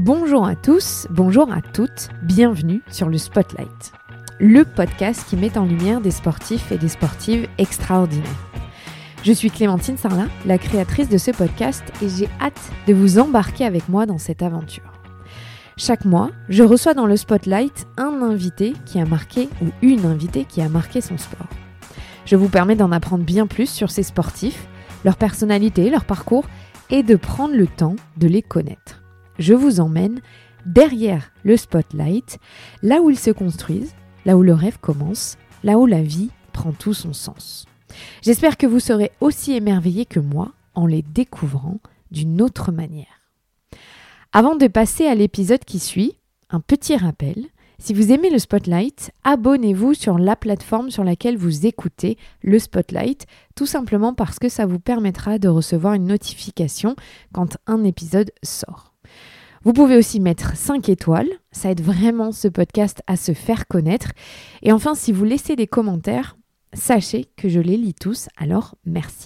Bonjour à tous, bonjour à toutes, bienvenue sur le Spotlight, le podcast qui met en lumière des sportifs et des sportives extraordinaires. Je suis Clémentine Sarlat, la créatrice de ce podcast, et j'ai hâte de vous embarquer avec moi dans cette aventure. Chaque mois, je reçois dans le Spotlight un invité qui a marqué ou une invitée qui a marqué son sport. Je vous permets d'en apprendre bien plus sur ces sportifs, leur personnalité, leur parcours et de prendre le temps de les connaître. Je vous emmène derrière le Spotlight, là où ils se construisent, là où le rêve commence, là où la vie prend tout son sens. J'espère que vous serez aussi émerveillés que moi en les découvrant d'une autre manière. Avant de passer à l'épisode qui suit, un petit rappel. Si vous aimez le Spotlight, abonnez-vous sur la plateforme sur laquelle vous écoutez le Spotlight, tout simplement parce que ça vous permettra de recevoir une notification quand un épisode sort. Vous pouvez aussi mettre 5 étoiles, ça aide vraiment ce podcast à se faire connaître. Et enfin, si vous laissez des commentaires, sachez que je les lis tous, alors merci.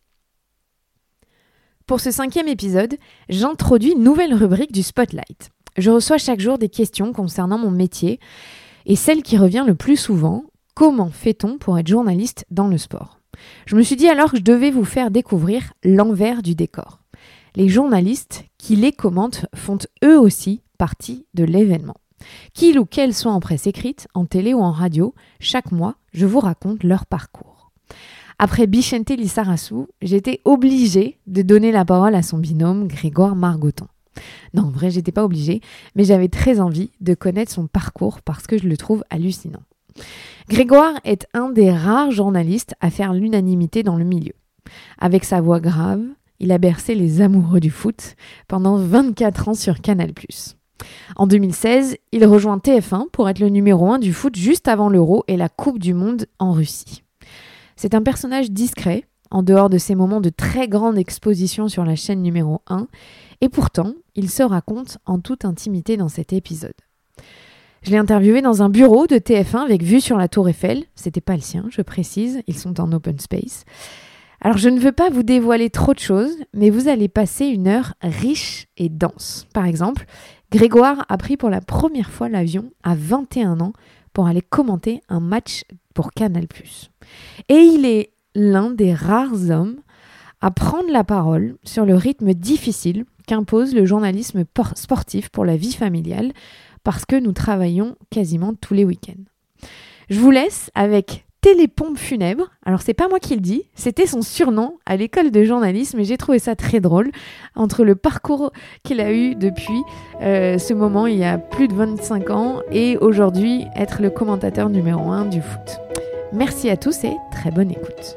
Pour ce 5e épisode, j'introduis une nouvelle rubrique du Spotlight. Je reçois chaque jour des questions concernant mon métier et celle qui revient le plus souvent, comment fait-on pour être journaliste dans le sport ? Je me suis dit alors que je devais vous faire découvrir l'envers du décor. Les journalistes qui les commentent font eux aussi partie de l'événement. Qu'ils ou qu'elles soient en presse écrite, en télé ou en radio, chaque mois, je vous raconte leur parcours. Après Bichente Lissarassou, j'étais obligée de donner la parole à son binôme Grégoire Margoton. Non, en vrai, j'étais pas obligée, mais j'avais très envie de connaître son parcours parce que je le trouve hallucinant. Grégoire est un des rares journalistes à faire l'unanimité dans le milieu. Avec sa voix grave, il a bercé les amoureux du foot pendant 24 ans sur Canal+. En 2016, il rejoint TF1 pour être le numéro 1 du foot juste avant l'Euro et la Coupe du Monde en Russie. C'est un personnage discret, en dehors de ses moments de très grande exposition sur la chaîne numéro 1, et pourtant, il se raconte en toute intimité dans cet épisode. Je l'ai interviewé dans un bureau de TF1 avec vue sur la Tour Eiffel. C'était pas le sien, je précise, ils sont en open space. Alors je ne veux pas vous dévoiler trop de choses, mais vous allez passer une heure riche et dense. Par exemple, Grégoire a pris pour la première fois l'avion à 21 ans pour aller commenter un match pour Canal+. Et il est l'un des rares hommes à prendre la parole sur le rythme difficile qu'impose le journalisme sportif pour la vie familiale, parce que nous travaillons quasiment tous les week-ends. Je vous laisse avec Télépompe funèbre. Alors c'est pas moi qui le dis, c'était son surnom à l'école de journalisme et j'ai trouvé ça très drôle entre le parcours qu'il a eu depuis ce moment il y a plus de 25 ans et aujourd'hui être le commentateur numéro 1 du foot. Merci à tous et très bonne écoute.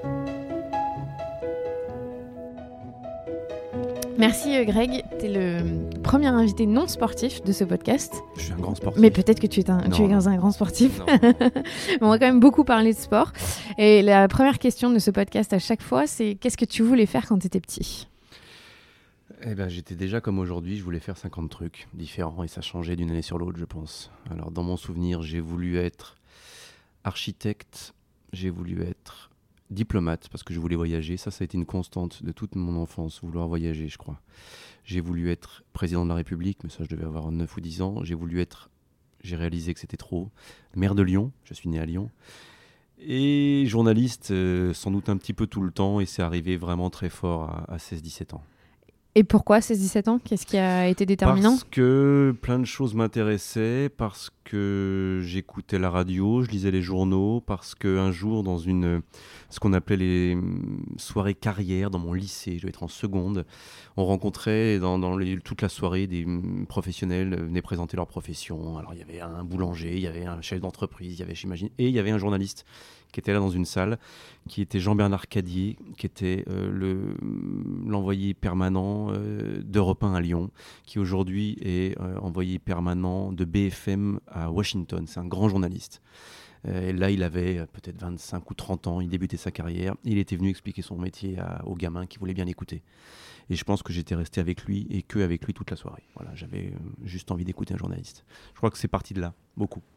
Merci Greg, t'es le premier invité non sportif de ce podcast. Je suis un grand sportif. Mais peut-être que tu es un grand sportif. On va quand même beaucoup parler de sport. Et la première question de ce podcast à chaque fois, c'est qu'est-ce que tu voulais faire quand tu étais petit ? Eh ben, j'étais déjà comme aujourd'hui, je voulais faire 50 trucs différents et ça changeait d'une année sur l'autre, je pense. Alors dans mon souvenir, j'ai voulu être architecte, j'ai voulu être diplomate parce que je voulais voyager. Ça a été une constante de toute mon enfance, vouloir voyager, je crois. J'ai voulu être président de la République, mais ça, je devais avoir 9 ou 10 ans. J'ai réalisé que c'était trop. Maire de Lyon, je suis né à Lyon. Et journaliste, sans doute un petit peu tout le temps, et c'est arrivé vraiment très fort à 16-17 ans. Et pourquoi 16-17 ans ? Qu'est-ce qui a été déterminant ? Parce que plein de choses m'intéressaient, parce que j'écoutais la radio, je lisais les journaux, parce qu'un jour, dans ce qu'on appelait les soirées carrières dans mon lycée, je devais être en seconde, on rencontrait toute la soirée des professionnels venaient présenter leur profession. Alors il y avait un boulanger, il y avait un chef d'entreprise, et il y avait un journaliste qui était là dans une salle, qui était Jean-Bernard Cadier, qui était l'envoyé permanent d'Europe 1 à Lyon, qui aujourd'hui est envoyé permanent de BFM à Washington. C'est un grand journaliste. Et là, il avait peut-être 25 ou 30 ans, il débutait sa carrière. Il était venu expliquer son métier aux gamins qui voulaient bien l'écouter. Et je pense que j'étais resté avec lui et qu'avec lui toute la soirée. Voilà, j'avais juste envie d'écouter un journaliste. Je crois que c'est parti de là, beaucoup.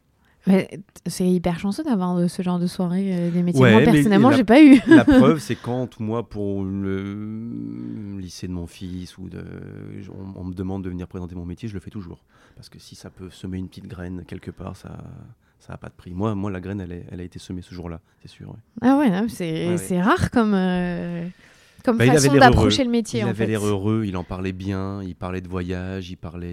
Mais c'est hyper chanceux d'avoir ce genre de soirée des métiers. Ouais, Moi, mais personnellement, la- j'ai pas eu. La preuve, c'est quand moi, pour le lycée de mon fils, on me demande de venir présenter mon métier, je le fais toujours. Parce que si ça peut semer une petite graine quelque part, ça n'a pas de prix. Moi, la graine, elle a été semée ce jour-là, c'est sûr. Ouais. Ah ouais, non, c'est rare comme Bah, il façon avait l'air d'approcher heureux. le métier, Il en avait fait. l'air heureux, il en parlait bien, il parlait de voyage, il parlait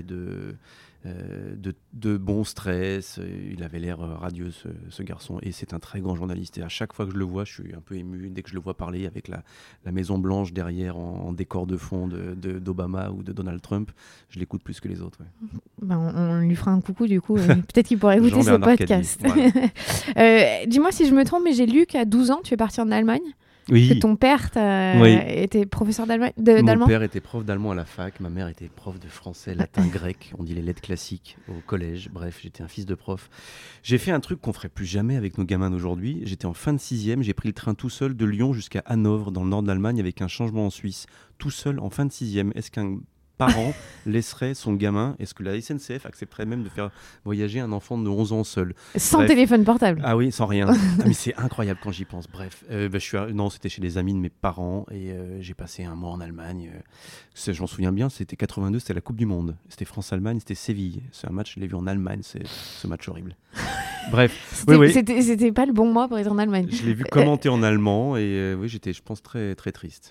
de bon stress. Il avait l'air radieux, ce garçon. Et c'est un très grand journaliste. Et à chaque fois que je le vois, je suis un peu ému. Dès que je le vois parler avec la Maison Blanche derrière en décor de fond d'Obama ou de Donald Trump, je l'écoute plus que les autres. Ouais. Ben, on lui fera un coucou, du coup. Peut-être qu'il pourrait écouter ce Jean-Bernard podcast. Caddy, voilà. Dis-moi si je me trompe, mais j'ai lu qu'à 12 ans, tu es parti en Allemagne. Que Oui, ton père Oui. était professeur mon d'allemand. père était prof d'allemand à la fac, ma mère était prof de français, latin, grec, on dit les lettres classiques au collège. Bref, j'étais un fils de prof. J'ai fait un truc qu'on ferait plus jamais avec nos gamins d'aujourd'hui. J'étais en fin de 6e, j'ai pris le train tout seul de Lyon jusqu'à Hanovre, dans le nord de l'Allemagne, avec un changement en Suisse. Tout seul en fin de 6e. Est-ce qu'un parent laisserait son gamin, est-ce que la SNCF accepterait même de faire voyager un enfant de 11 ans seul? Sans Bref. téléphone portable. Ah oui, sans rien. Mais c'est incroyable quand j'y pense. Bref, non, c'était chez des amis de mes parents et j'ai passé un mois en Allemagne. Je m'en souviens bien, c'était 82, c'était la Coupe du Monde. C'était France-Allemagne, c'était Séville. C'est un match, je l'ai vu en Allemagne, c'est ce match horrible. Bref, oui. C'était pas le bon mois pour être en Allemagne. Je l'ai vu commenter en allemand et oui, j'étais, je pense, très, très triste.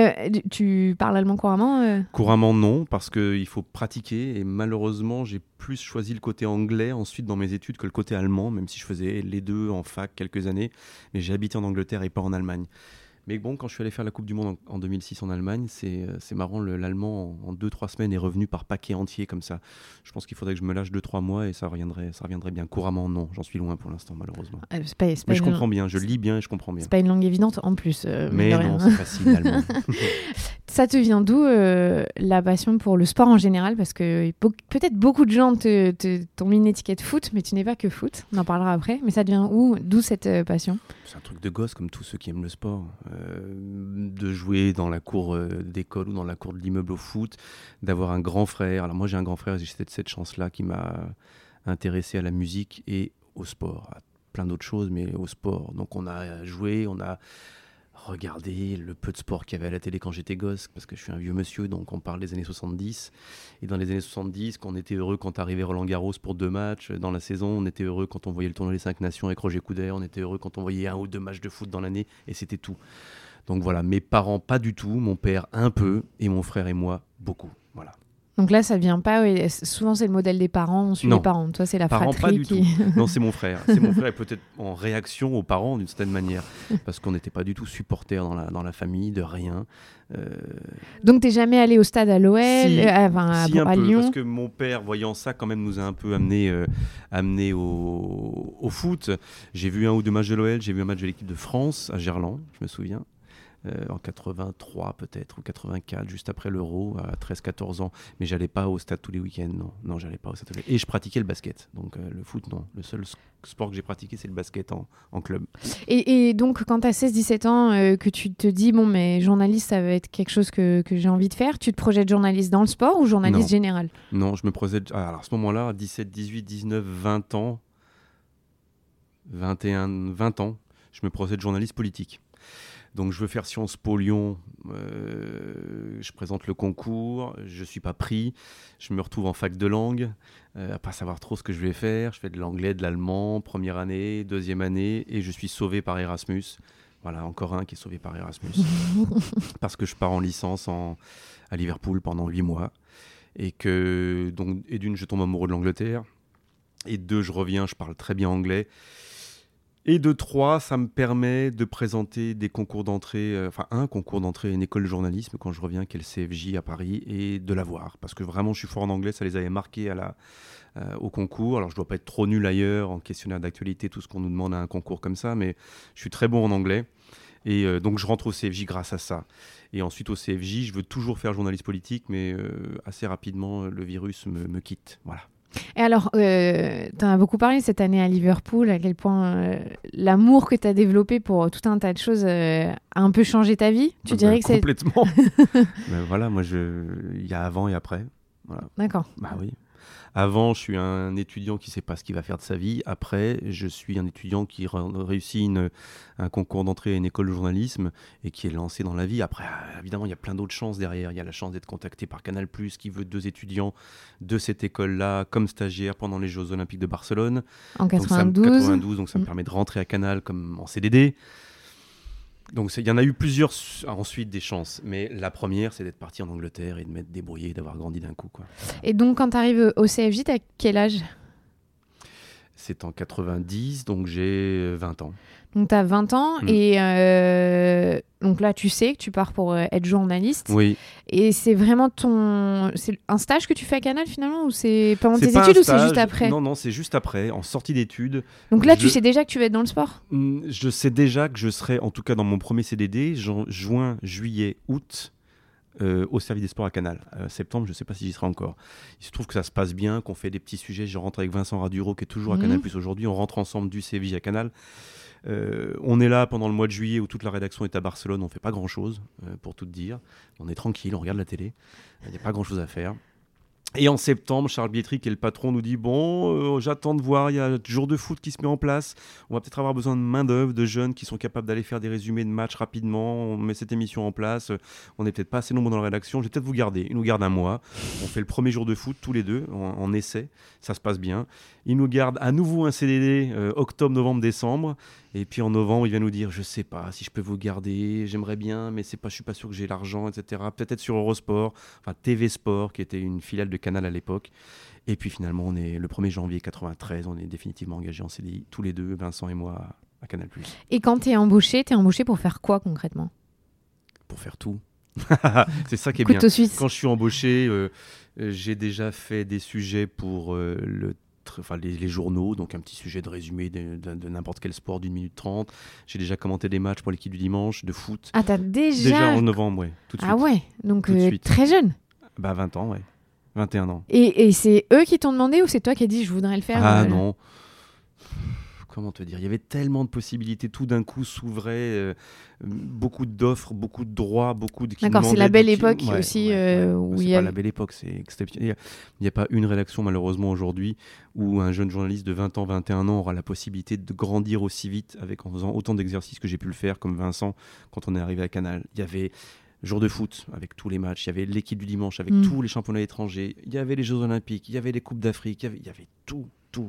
Tu parles allemand couramment Couramment non, parce qu'il faut pratiquer et malheureusement j'ai plus choisi le côté anglais ensuite dans mes études que le côté allemand, même si je faisais les deux en fac quelques années, mais j'ai habité en Angleterre et pas en Allemagne. Mais bon, quand je suis allé faire la Coupe du Monde en 2006 en Allemagne, c'est marrant, l'allemand en 2-3 semaines est revenu par paquet entier comme ça. Je pense qu'il faudrait que je me lâche 2-3 mois et ça reviendrait bien. Couramment non, j'en suis loin pour l'instant malheureusement. Mais je comprends bien, je lis bien et je comprends bien. C'est pas une langue évidente en plus. Mais non, c'est facile l'allemand. Ça te vient d'où la passion pour le sport en général? Parce que peut-être beaucoup de gens t'ont mis une étiquette foot, mais tu n'es pas que foot. On en parlera après. Mais ça te vient d'où cette passion? C'est un truc de gosse comme tous ceux qui aiment le sport. De jouer dans la cour d'école ou dans la cour de l'immeuble au foot, d'avoir un grand frère. Alors moi j'ai un grand frère, j'ai cette chance-là qui m'a intéressé à la musique et au sport, à plein d'autres choses, mais au sport. Donc on a joué, on a regardé le peu de sport qu'il y avait à la télé quand j'étais gosse, parce que je suis un vieux monsieur, donc on parle des années 70. Et dans les années 70, quand on était heureux quand arrivait Roland Garros pour 2 matchs dans la saison, on était heureux quand on voyait le tournoi des 5 Nations avec Roger Couder, on était heureux quand on voyait 1 ou 2 matchs de foot dans l'année, et c'était tout. Donc voilà, mes parents pas du tout, mon père un peu, et mon frère et moi beaucoup. Voilà. Donc là, ça vient pas. Souvent, c'est le modèle des parents. On suit les parents. Toi, c'est la parents, fratrie pas du qui. tout. Non, c'est mon frère. C'est mon frère, et peut-être en réaction aux parents d'une certaine manière, parce qu'on n'était pas du tout supporters dans la famille de rien. Donc, t'es jamais allé au stade à l'OL, Si, à peu, Lyon? parce que mon père, voyant ça, quand même, nous a un peu amené au foot. J'ai vu 1 ou 2 matchs de l'OL, j'ai vu un match de l'équipe de France à Gerland, je me souviens. En 83 peut-être, ou 84, juste après l'Euro, à 13-14 ans. Mais j'allais pas au stade tous les week-ends, non, j'allais pas au stade tous les... Et je pratiquais le basket, donc le foot, non. Le seul sport que j'ai pratiqué, c'est le basket en club. Et donc, quand tu as 16-17 ans, que tu te dis, bon, mais journaliste, ça va être quelque chose que j'ai envie de faire, tu te projettes journaliste dans le sport ou journaliste général? Non, je me projette... Alors, à ce moment-là, 17, 18, 19, 20 ans, 21, 20 ans, je me projette journaliste politique. Donc je veux faire Sciences Po Lyon, je présente le concours, je ne suis pas pris, je me retrouve en fac de langue, à pas savoir trop ce que je vais faire, je fais de l'anglais, de l'allemand, première année, deuxième année, et je suis sauvé par Erasmus. Voilà, encore un qui est sauvé par Erasmus. Parce que je pars en licence à Liverpool pendant 8 mois, et d'une, je tombe amoureux de l'Angleterre, et 2, je reviens, je parle très bien anglais. Et de 3, ça me permet de présenter des concours d'entrée, un concours d'entrée à une école de journalisme quand je reviens, qui est le CFJ à Paris, et de l'avoir. Parce que vraiment, je suis fort en anglais, ça les avait marqués au concours. Alors, je ne dois pas être trop nul ailleurs, en questionnaire d'actualité, tout ce qu'on nous demande à un concours comme ça, mais je suis très bon en anglais. Et donc, je rentre au CFJ grâce à ça. Et ensuite, au CFJ, je veux toujours faire journaliste politique, mais assez rapidement, le virus me quitte. Voilà. Et alors, tu en as beaucoup parlé cette année à Liverpool, à quel point l'amour que tu as développé pour tout un tas de choses a un peu changé ta vie. Tu dirais que complètement. Ben voilà, moi, il y a avant et après. Voilà. D'accord. Bah oui. Avant, je suis un étudiant qui ne sait pas ce qu'il va faire de sa vie. Après, je suis un étudiant qui réussit un concours d'entrée à une école de journalisme et qui est lancé dans la vie. Après, évidemment, il y a plein d'autres chances derrière. Il y a la chance d'être contacté par Canal+, qui veut 2 étudiants de cette école-là comme stagiaire pendant les Jeux Olympiques de Barcelone. En 92. Donc ça me permet de rentrer à Canal comme en CDD. Donc il y en a eu plusieurs ensuite des chances, mais la première c'est d'être parti en Angleterre et de m'être débrouillé, d'avoir grandi d'un coup, quoi. Et donc quand tu arrives au CFJ, t'as quel âge ? C'est en 90, donc j'ai 20 ans. Donc tu as 20 ans et donc là tu sais que tu pars pour être journaliste. Oui. Et c'est vraiment c'est un stage que tu fais à Canal finalement, ou c'est pendant tes pas études un ou c'est juste stage. après ? Non, c'est juste après, en sortie d'études. Donc là tu sais déjà que tu vas être dans le sport ? Je sais déjà que je serai, en tout cas dans mon premier CDD, juin, juillet, août, au service des sports à Canal. Septembre, je ne sais pas si j'y serai encore. Il se trouve que ça se passe bien, qu'on fait des petits sujets. Je rentre avec Vincent Raduro qui est toujours à Canal+ aujourd'hui. On rentre ensemble du CFJ à Canal. On est là pendant le mois de juillet où toute la rédaction est à Barcelone. On ne fait pas grand-chose, pour tout te dire. On est tranquille, on regarde la télé. Il n'y a pas grand-chose à faire. Et en septembre, Charles Bietri, qui est le patron, nous dit j'attends de voir, il y a un jour de foot qui se met en place. On va peut-être avoir besoin de main-d'œuvre, de jeunes qui sont capables d'aller faire des résumés de matchs rapidement. On met cette émission en place. On n'est peut-être pas assez nombreux dans la rédaction. Je vais peut-être vous garder. Il nous garde un mois. On fait le premier jour de foot tous les deux en essai. Ça se passe bien. Il nous garde à nouveau un CDD octobre, novembre, décembre. Et puis en novembre, il vient nous dire je sais pas si je peux vous garder, j'aimerais bien, mais je suis pas sûr que j'ai l'argent, etc. Peut-être sur Eurosport, enfin TV Sport, qui était une filiale de Canal à l'époque. Et puis finalement, on est le 1er janvier 93, on est définitivement engagés en CDI, tous les deux, Vincent et moi, à Canal+. Et quand t'es embauché pour faire quoi concrètement ? Pour faire tout. C'est ça qui est Couteau bien. suisse. Quand je suis embauché, j'ai déjà fait des sujets pour les journaux, donc un petit sujet de résumé de n'importe quel sport d'1 minute 30. J'ai déjà commenté des matchs pour l'équipe du dimanche de foot. Ah, t'as déjà... Déjà en novembre, ouais, tout de suite. Ah ouais, donc Tout de suite. très jeune. 20 ans, ouais. 21 ans. Et c'est eux qui t'ont demandé ou c'est toi qui as dit je voudrais le faire ? Non. Comment te dire ? Il y avait tellement de possibilités, tout d'un coup s'ouvrait beaucoup d'offres, beaucoup de droits, beaucoup de... D'accord, c'est la belle époque aussi. Où c'est pas la belle époque, c'est exceptionnel. Il n'y a pas une rédaction malheureusement aujourd'hui où un jeune journaliste de 20 ans, 21 ans aura la possibilité de grandir aussi vite en faisant autant d'exercices que j'ai pu le faire comme Vincent quand on est arrivé à Canal. Il y avait jour de foot avec tous les matchs, il y avait l'équipe du dimanche avec tous les championnats étrangers, il y avait les Jeux Olympiques, il y avait les Coupes d'Afrique, il y avait tout.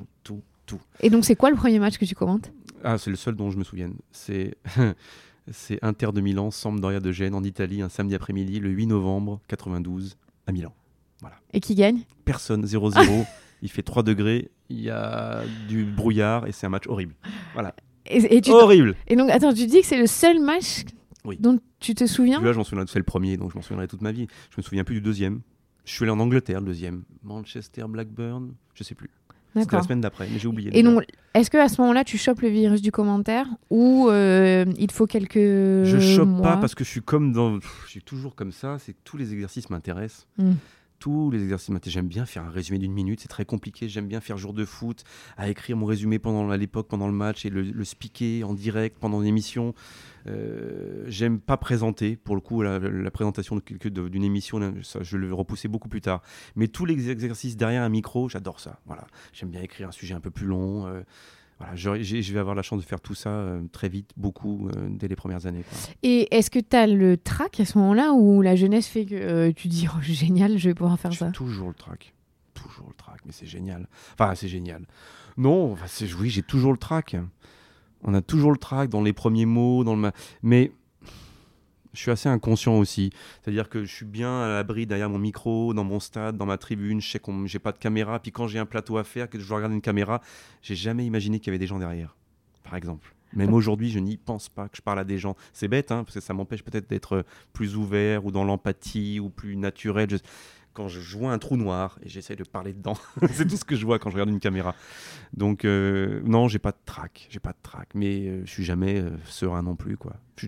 Et donc c'est quoi le premier match que tu commentes ? Ah, c'est le seul dont je me souvienne. C'est Inter de Milan, Sampdoria de Gênes en Italie, un samedi après-midi, le 8 novembre 92 à Milan. Voilà. Et qui gagne ? Personne, 0-0. Il fait 3 degrés, il y a du brouillard et c'est un match horrible. Voilà. Horrible. Et donc attends, tu dis que c'est le seul match dont tu te souviens ? Là, je m'en souviens, c'est le premier, donc je m'en souviendrai toute ma vie. Je me souviens plus du deuxième. Je suis allé en Angleterre, le deuxième. Manchester, Blackburn, je sais plus. C'était la semaine d'après, mais j'ai oublié. Et donc, est-ce qu'à ce moment-là, tu chopes le virus du commentaire ou il te faut quelques mois ? Je chope pas parce que je suis toujours comme ça, c'est que tous les exercices m'intéressent. Tous les exercices m'intéressent. J'aime bien faire un résumé d'1 minute, c'est très compliqué. J'aime bien faire jour de foot, à écrire mon résumé à l'époque pendant le match et le speaker en direct pendant une émission. J'aime pas présenter, pour le coup, la présentation d'une émission, ça, je le vais repousser beaucoup plus tard. Mais tous les exercices derrière un micro, j'adore ça. Voilà. J'aime bien écrire un sujet un peu plus long. Voilà, je vais avoir la chance de faire tout ça très vite, beaucoup, dès les premières années, quoi. Et est-ce que tu as le trac à ce moment-là où la jeunesse fait que tu dis « génial, je vais pouvoir faire ça ». Toujours le trac, mais c'est génial. Enfin, c'est génial. Non, oui, j'ai toujours le trac. On a toujours le trac dans les premiers mots, mais je suis assez inconscient aussi. C'est-à-dire que je suis bien à l'abri derrière mon micro, dans mon stade, dans ma tribune. Je sais que j'ai pas de caméra. Puis quand j'ai un plateau à faire, que je dois regarder une caméra, j'ai jamais imaginé qu'il y avait des gens derrière, par exemple. Même aujourd'hui, je n'y pense pas que je parle à des gens. C'est bête, parce que ça m'empêche peut-être d'être plus ouvert ou dans l'empathie ou plus naturel. Quand je vois un trou noir et j'essaie de parler dedans, c'est tout ce que je vois quand je regarde une caméra. Donc non, j'ai pas de trac, mais je suis jamais serein non plus, quoi.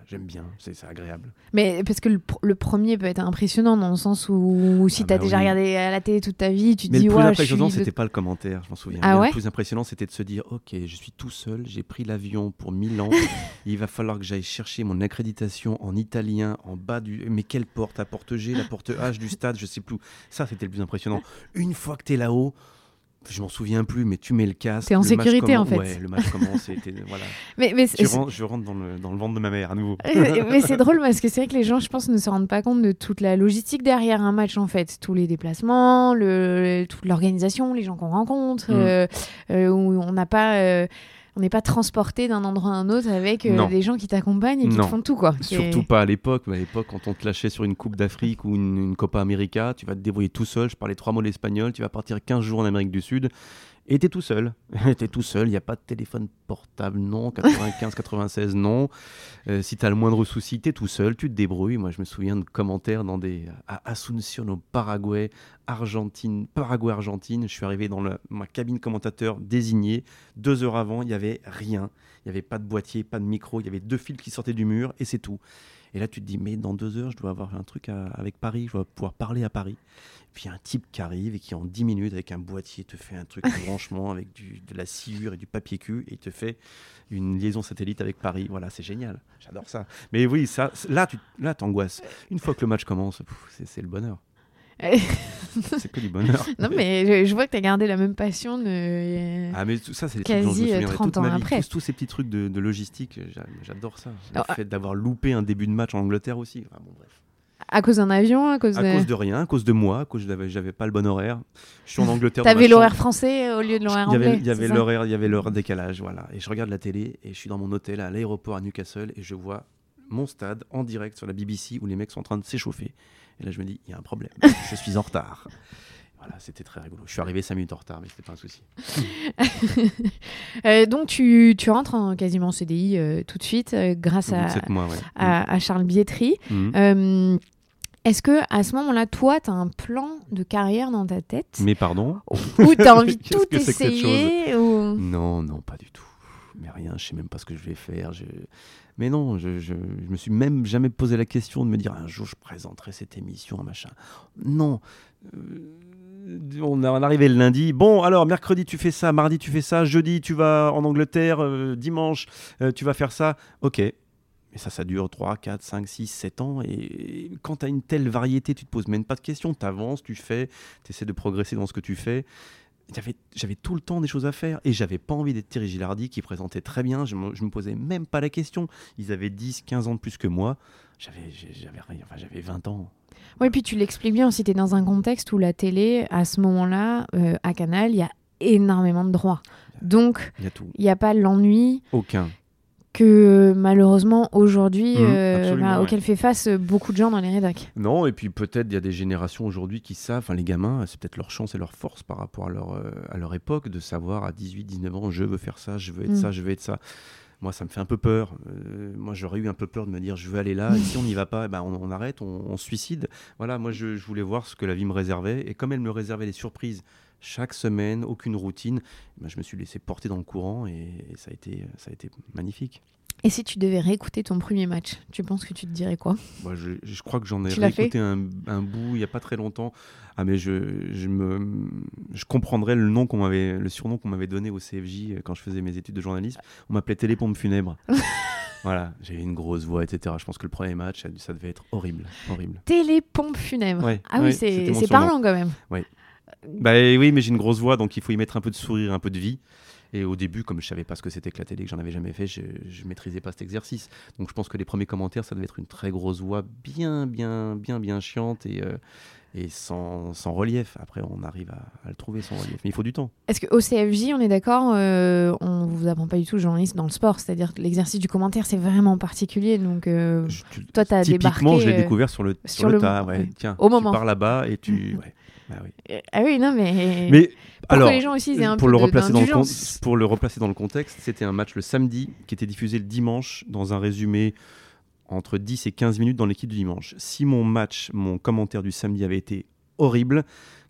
j'aime bien, c'est agréable. Mais parce que le premier peut être impressionnant dans le sens où si t'as déjà regardé à la télé toute ta vie, tu te dis le plus ouais, impressionnant, c'était pas le commentaire, je m'en souviens. Ah ouais. Le plus impressionnant, c'était de se dire ok, je suis tout seul, j'ai pris l'avion pour Milan, il va falloir que j'aille chercher mon accréditation en italien en bas du. Mais quelle porte? La porte G, la porte H du stade, je sais plus. Ça, c'était le plus impressionnant. Une fois que t'es là-haut. Je m'en souviens plus, mais tu mets le casque. T'es en sécurité en fait. Ouais, le match commence. Voilà. Je rentre dans le ventre de ma mère à nouveau. Mais c'est drôle parce que c'est vrai que les gens, je pense, ne se rendent pas compte de toute la logistique derrière un match en fait. Tous les déplacements, toute l'organisation, les gens qu'on rencontre, où on n'a pas. On n'est pas transporté d'un endroit à un autre avec des gens qui t'accompagnent et qui te font tout, quoi. Surtout pas à l'époque. À l'époque, quand on te lâchait sur une Coupe d'Afrique ou une Copa América, tu vas te débrouiller tout seul. Je parlais 3 mots l'espagnol. Tu vas partir 15 jours en Amérique du Sud. Et t'es tout seul. T'es tout seul. Il n'y a pas de téléphone portable, non. 95, 96, non. Si t'as le moindre souci, t'es tout seul. Tu te débrouilles. Moi, je me souviens de commentaires à Asunción, au Paraguay, Paraguay-Argentine. Je suis arrivé dans ma cabine commentateur désignée. 2 heures avant, il n'y avait rien. Il n'y avait pas de boîtier, pas de micro. Il y avait 2 fils qui sortaient du mur et c'est tout. Et là, tu te dis, mais dans 2 heures, je dois avoir un truc avec Paris. Je dois pouvoir parler à Paris. Puis il y a un type qui arrive et qui, en 10 minutes, avec un boîtier, te fait un truc de branchement avec de la sciure et du papier cul et il te fait une liaison satellite avec Paris. Voilà, c'est génial. J'adore ça. Mais oui, là, t'angoisses. Une fois que le match commence, c'est le bonheur. C'est que du bonheur. Non, mais je vois que tu as gardé la même passion Ah, mais ça, c'est des trucs dont je me souviendrai 30 toute ans ma vie. après. Tous ces petits trucs de logistique, j'adore ça. Le fait d'avoir loupé un début de match en Angleterre aussi. Enfin, bon, bref. À cause d'un avion, à cause de rien, à cause de moi, à cause j'avais pas le bon horaire. Je suis en Angleterre. T'avais l'horaire français au lieu de l'horaire anglais. Il y avait l'horaire décalage, voilà. Et je regarde la télé et je suis dans mon hôtel à l'aéroport à Newcastle et je vois mon stade en direct sur la BBC où les mecs sont en train de s'échauffer. Et là, je me dis, il y a un problème. Je suis en retard. Voilà, c'était très rigolo. Je suis arrivé 5 minutes en retard, mais c'était pas un souci. Donc, tu rentres quasiment en CDI tout de suite grâce à Charles Bietri. Est-ce que à ce moment-là, toi, tu as un plan de carrière dans ta tête? Mais pardon? Ou tu as envie de tout essayer Non, pas du tout. Mais rien, je sais même pas ce que je vais faire. Mais non, je me suis même jamais posé la question de me dire un jour je présenterai cette émission, machin. Non. On arrivait le lundi. Bon, alors mercredi tu fais ça, mardi tu fais ça, jeudi tu vas en Angleterre, dimanche tu vas faire ça. Ok. Mais ça dure 3, 4, 5, 6, 7 ans. Et quand tu as une telle variété, tu te poses même pas de questions. Tu avances, tu fais, tu essaies de progresser dans ce que tu fais. J'avais tout le temps des choses à faire et j'avais pas envie d'être Thierry Gilardi qui présentait très bien. Je me posais même pas la question. Ils avaient 10, 15 ans de plus que moi. J'avais 20 ans. Oui, puis tu l'expliques bien aussi. Tu es dans un contexte où la télé, à ce moment-là, à Canal, il y a énormément de droits. Donc, il n'y a pas l'ennui. Aucun. Que malheureusement aujourd'hui auquel fait face beaucoup de gens dans les rédacs. Non, et puis peut-être il y a des générations aujourd'hui qui savent, enfin les gamins, c'est peut-être leur chance et leur force par rapport à leur époque de savoir à 18, 19 ans, je veux faire ça, je veux être ça, je veux être ça. Moi, ça me fait un peu peur. Moi, j'aurais eu un peu peur de me dire, je veux aller là. Et si on n'y va pas, on arrête, on se suicide. Voilà, moi, je voulais voir ce que la vie me réservait. Et comme elle me réservait des surprises chaque semaine, aucune routine, je me suis laissé porter dans le courant et ça a été magnifique. Et si tu devais réécouter ton premier match, tu penses que tu te dirais quoi? Je crois que j'en ai réécouté un bout il n'y a pas très longtemps. Ah, mais je comprendrais le surnom qu'on m'avait donné au CFJ quand je faisais mes études de journalisme. On m'appelait Télépompe funèbre. Voilà, j'avais une grosse voix, etc. Je pense que le premier match, ça devait être horrible. Télépompe funèbre. Ouais, ah oui, c'est parlant quand même. Ouais. Oui, mais j'ai une grosse voix, donc il faut y mettre un peu de sourire, un peu de vie. Et au début, comme je savais pas ce que c'était que la télé, que j'en avais jamais fait, je maîtrisais pas cet exercice. Donc je pense que les premiers commentaires, ça devait être une très grosse voix, bien chiante et sans relief. Après, on arrive à le trouver sans relief. Mais il faut du temps. Est-ce qu'au CFJ, on est d'accord, on vous apprend pas du tout le journalisme dans le sport, c'est-à-dire que l'exercice du commentaire, c'est vraiment particulier. Donc toi, tu as débarqué. Typiquement, je l'ai découvert sur le tas. Ouais. Tiens, au moment. Tu pars là-bas et tu... Ouais. Oui. Ah oui, non, mais alors, que les gens aussi aient un pour peu le replacer d'indulgence. Pour le replacer dans le contexte, c'était un match le samedi qui était diffusé le dimanche dans un résumé entre 10 et 15 minutes dans l'équipe du dimanche. Si mon commentaire du samedi avait été horrible,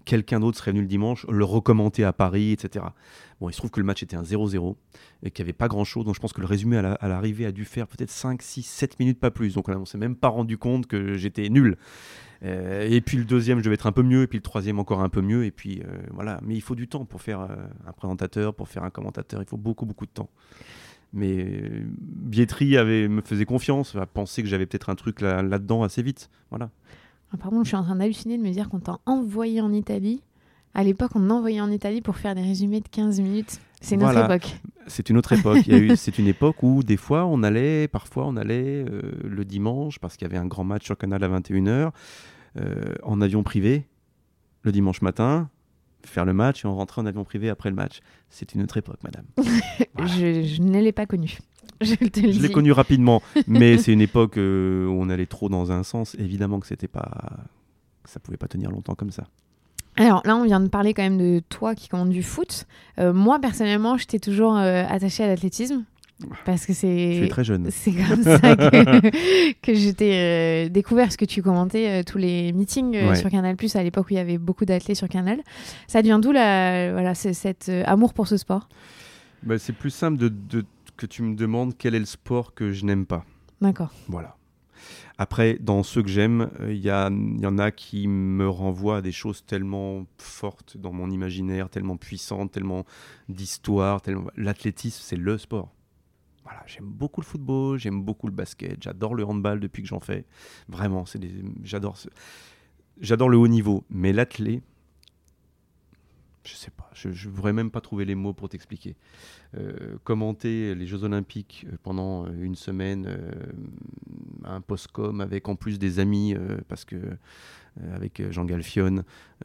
quelqu'un d'autre serait venu le dimanche le recommander à Paris, etc. Bon, il se trouve que le match était un 0-0 et qu'il n'y avait pas grand-chose. Donc je pense que le résumé à l'arrivée a dû faire peut-être 5, 6, 7 minutes, pas plus. Donc on ne s'est même pas rendu compte que j'étais nul. Et puis le deuxième, je devais être un peu mieux. Et puis le troisième, encore un peu mieux. Et puis voilà. Mais il faut du temps pour faire un présentateur, pour faire un commentateur. Il faut beaucoup, beaucoup de temps. Mais Bietri me faisait confiance, à penser que j'avais peut-être un truc là-dedans assez vite. Voilà. Par contre, je suis en train d'halluciner de me dire qu'on t'a envoyé en Italie. À l'époque, on envoyait en Italie pour faire des résumés de 15 minutes. C'est une autre époque. C'est une autre époque. C'est une époque où des fois parfois on allait le dimanche parce qu'il y avait un grand match sur Canal à 21h en avion privé le dimanche matin, faire le match et on rentrait en avion privé après le match. C'est une autre époque, madame. Voilà. Je ne l'ai pas connue. Je l'ai connue rapidement, mais c'est une époque où on allait trop dans un sens. Évidemment que ça pouvait pas tenir longtemps comme ça. Alors là, on vient de parler quand même de toi qui commande du foot. Moi, personnellement, je t'ai toujours attachée à l'athlétisme. Parce que tu es très jeune. C'est comme ça que je t'ai découvert, ce que tu commentais tous les meetings sur Canal+, à l'époque où il y avait beaucoup d'athlètes sur Canal. Ça devient d'où cet amour pour ce sport ? C'est plus simple que tu me demandes quel est le sport que je n'aime pas. D'accord. Voilà. Après, dans ceux que j'aime, il y en a qui me renvoient à des choses tellement fortes dans mon imaginaire, tellement puissantes, tellement d'histoire. L'athlétisme, c'est le sport. Voilà, j'aime beaucoup le football, j'aime beaucoup le basket, j'adore le handball depuis que j'en fais. Vraiment, j'adore le haut niveau. Mais l'athlé, je sais pas, je ne pourrais même pas trouver les mots pour t'expliquer. Commenter les Jeux Olympiques pendant une semaine à un postcom avec en plus des amis parce que avec Jean Galfione,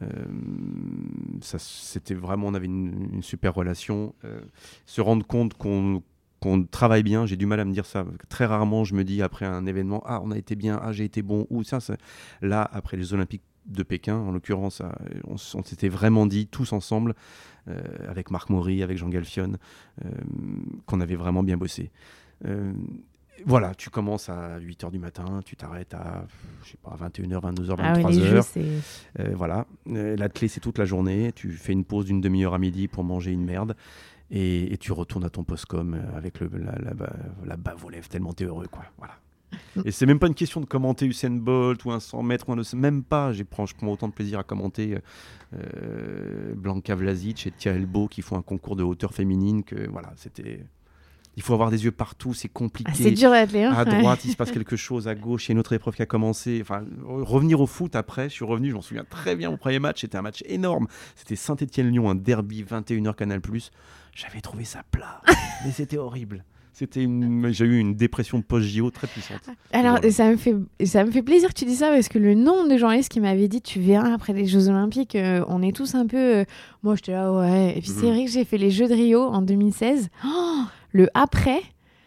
c'était vraiment, on avait une super relation. Se rendre compte qu'on travaille bien, j'ai du mal à me dire ça. Très rarement, je me dis après un événement, on a été bien, j'ai été bon, ou ça. Là, après les Olympiques de Pékin, en l'occurrence, on s'était vraiment dit tous ensemble, avec Marc Maury, avec Jean Galfione, qu'on avait vraiment bien bossé. Voilà, tu commences à 8h du matin, tu t'arrêtes à 21h, 22h, 23h. Voilà, l'athlé, c'est toute la journée. Tu fais une pause d'une demi-heure à midi pour manger une merde. Et tu retournes à ton postcom avec la bave aux lèvres, tellement t'es heureux, quoi. Voilà. Et c'est même pas une question de commenter Usain Bolt ou un 100 mètres, même pas. Je prends autant de plaisir à commenter Blanka Vlasic et Tia Elbo qui font un concours de hauteur féminine que voilà, il faut avoir des yeux partout, c'est compliqué. C'est dur d'atteler. À droite, il se passe quelque chose, à gauche, il y a une autre épreuve qui a commencé. Enfin, revenir au foot après, je suis revenu, je m'en souviens très bien, mon premier match, c'était un match énorme. C'était Saint-Étienne-Lyon, un derby 21h Canal+. J'avais trouvé ça plat, mais c'était horrible. J'ai eu une dépression post-JO très puissante. Alors, ça me fait plaisir que tu dis ça parce que le nombre de journalistes qui m'avaient dit tu verras après les Jeux Olympiques, on est tous un peu. Moi, j'étais là, ouais. Et puis c'est vrai que j'ai fait les Jeux de Rio en 2016. Le après,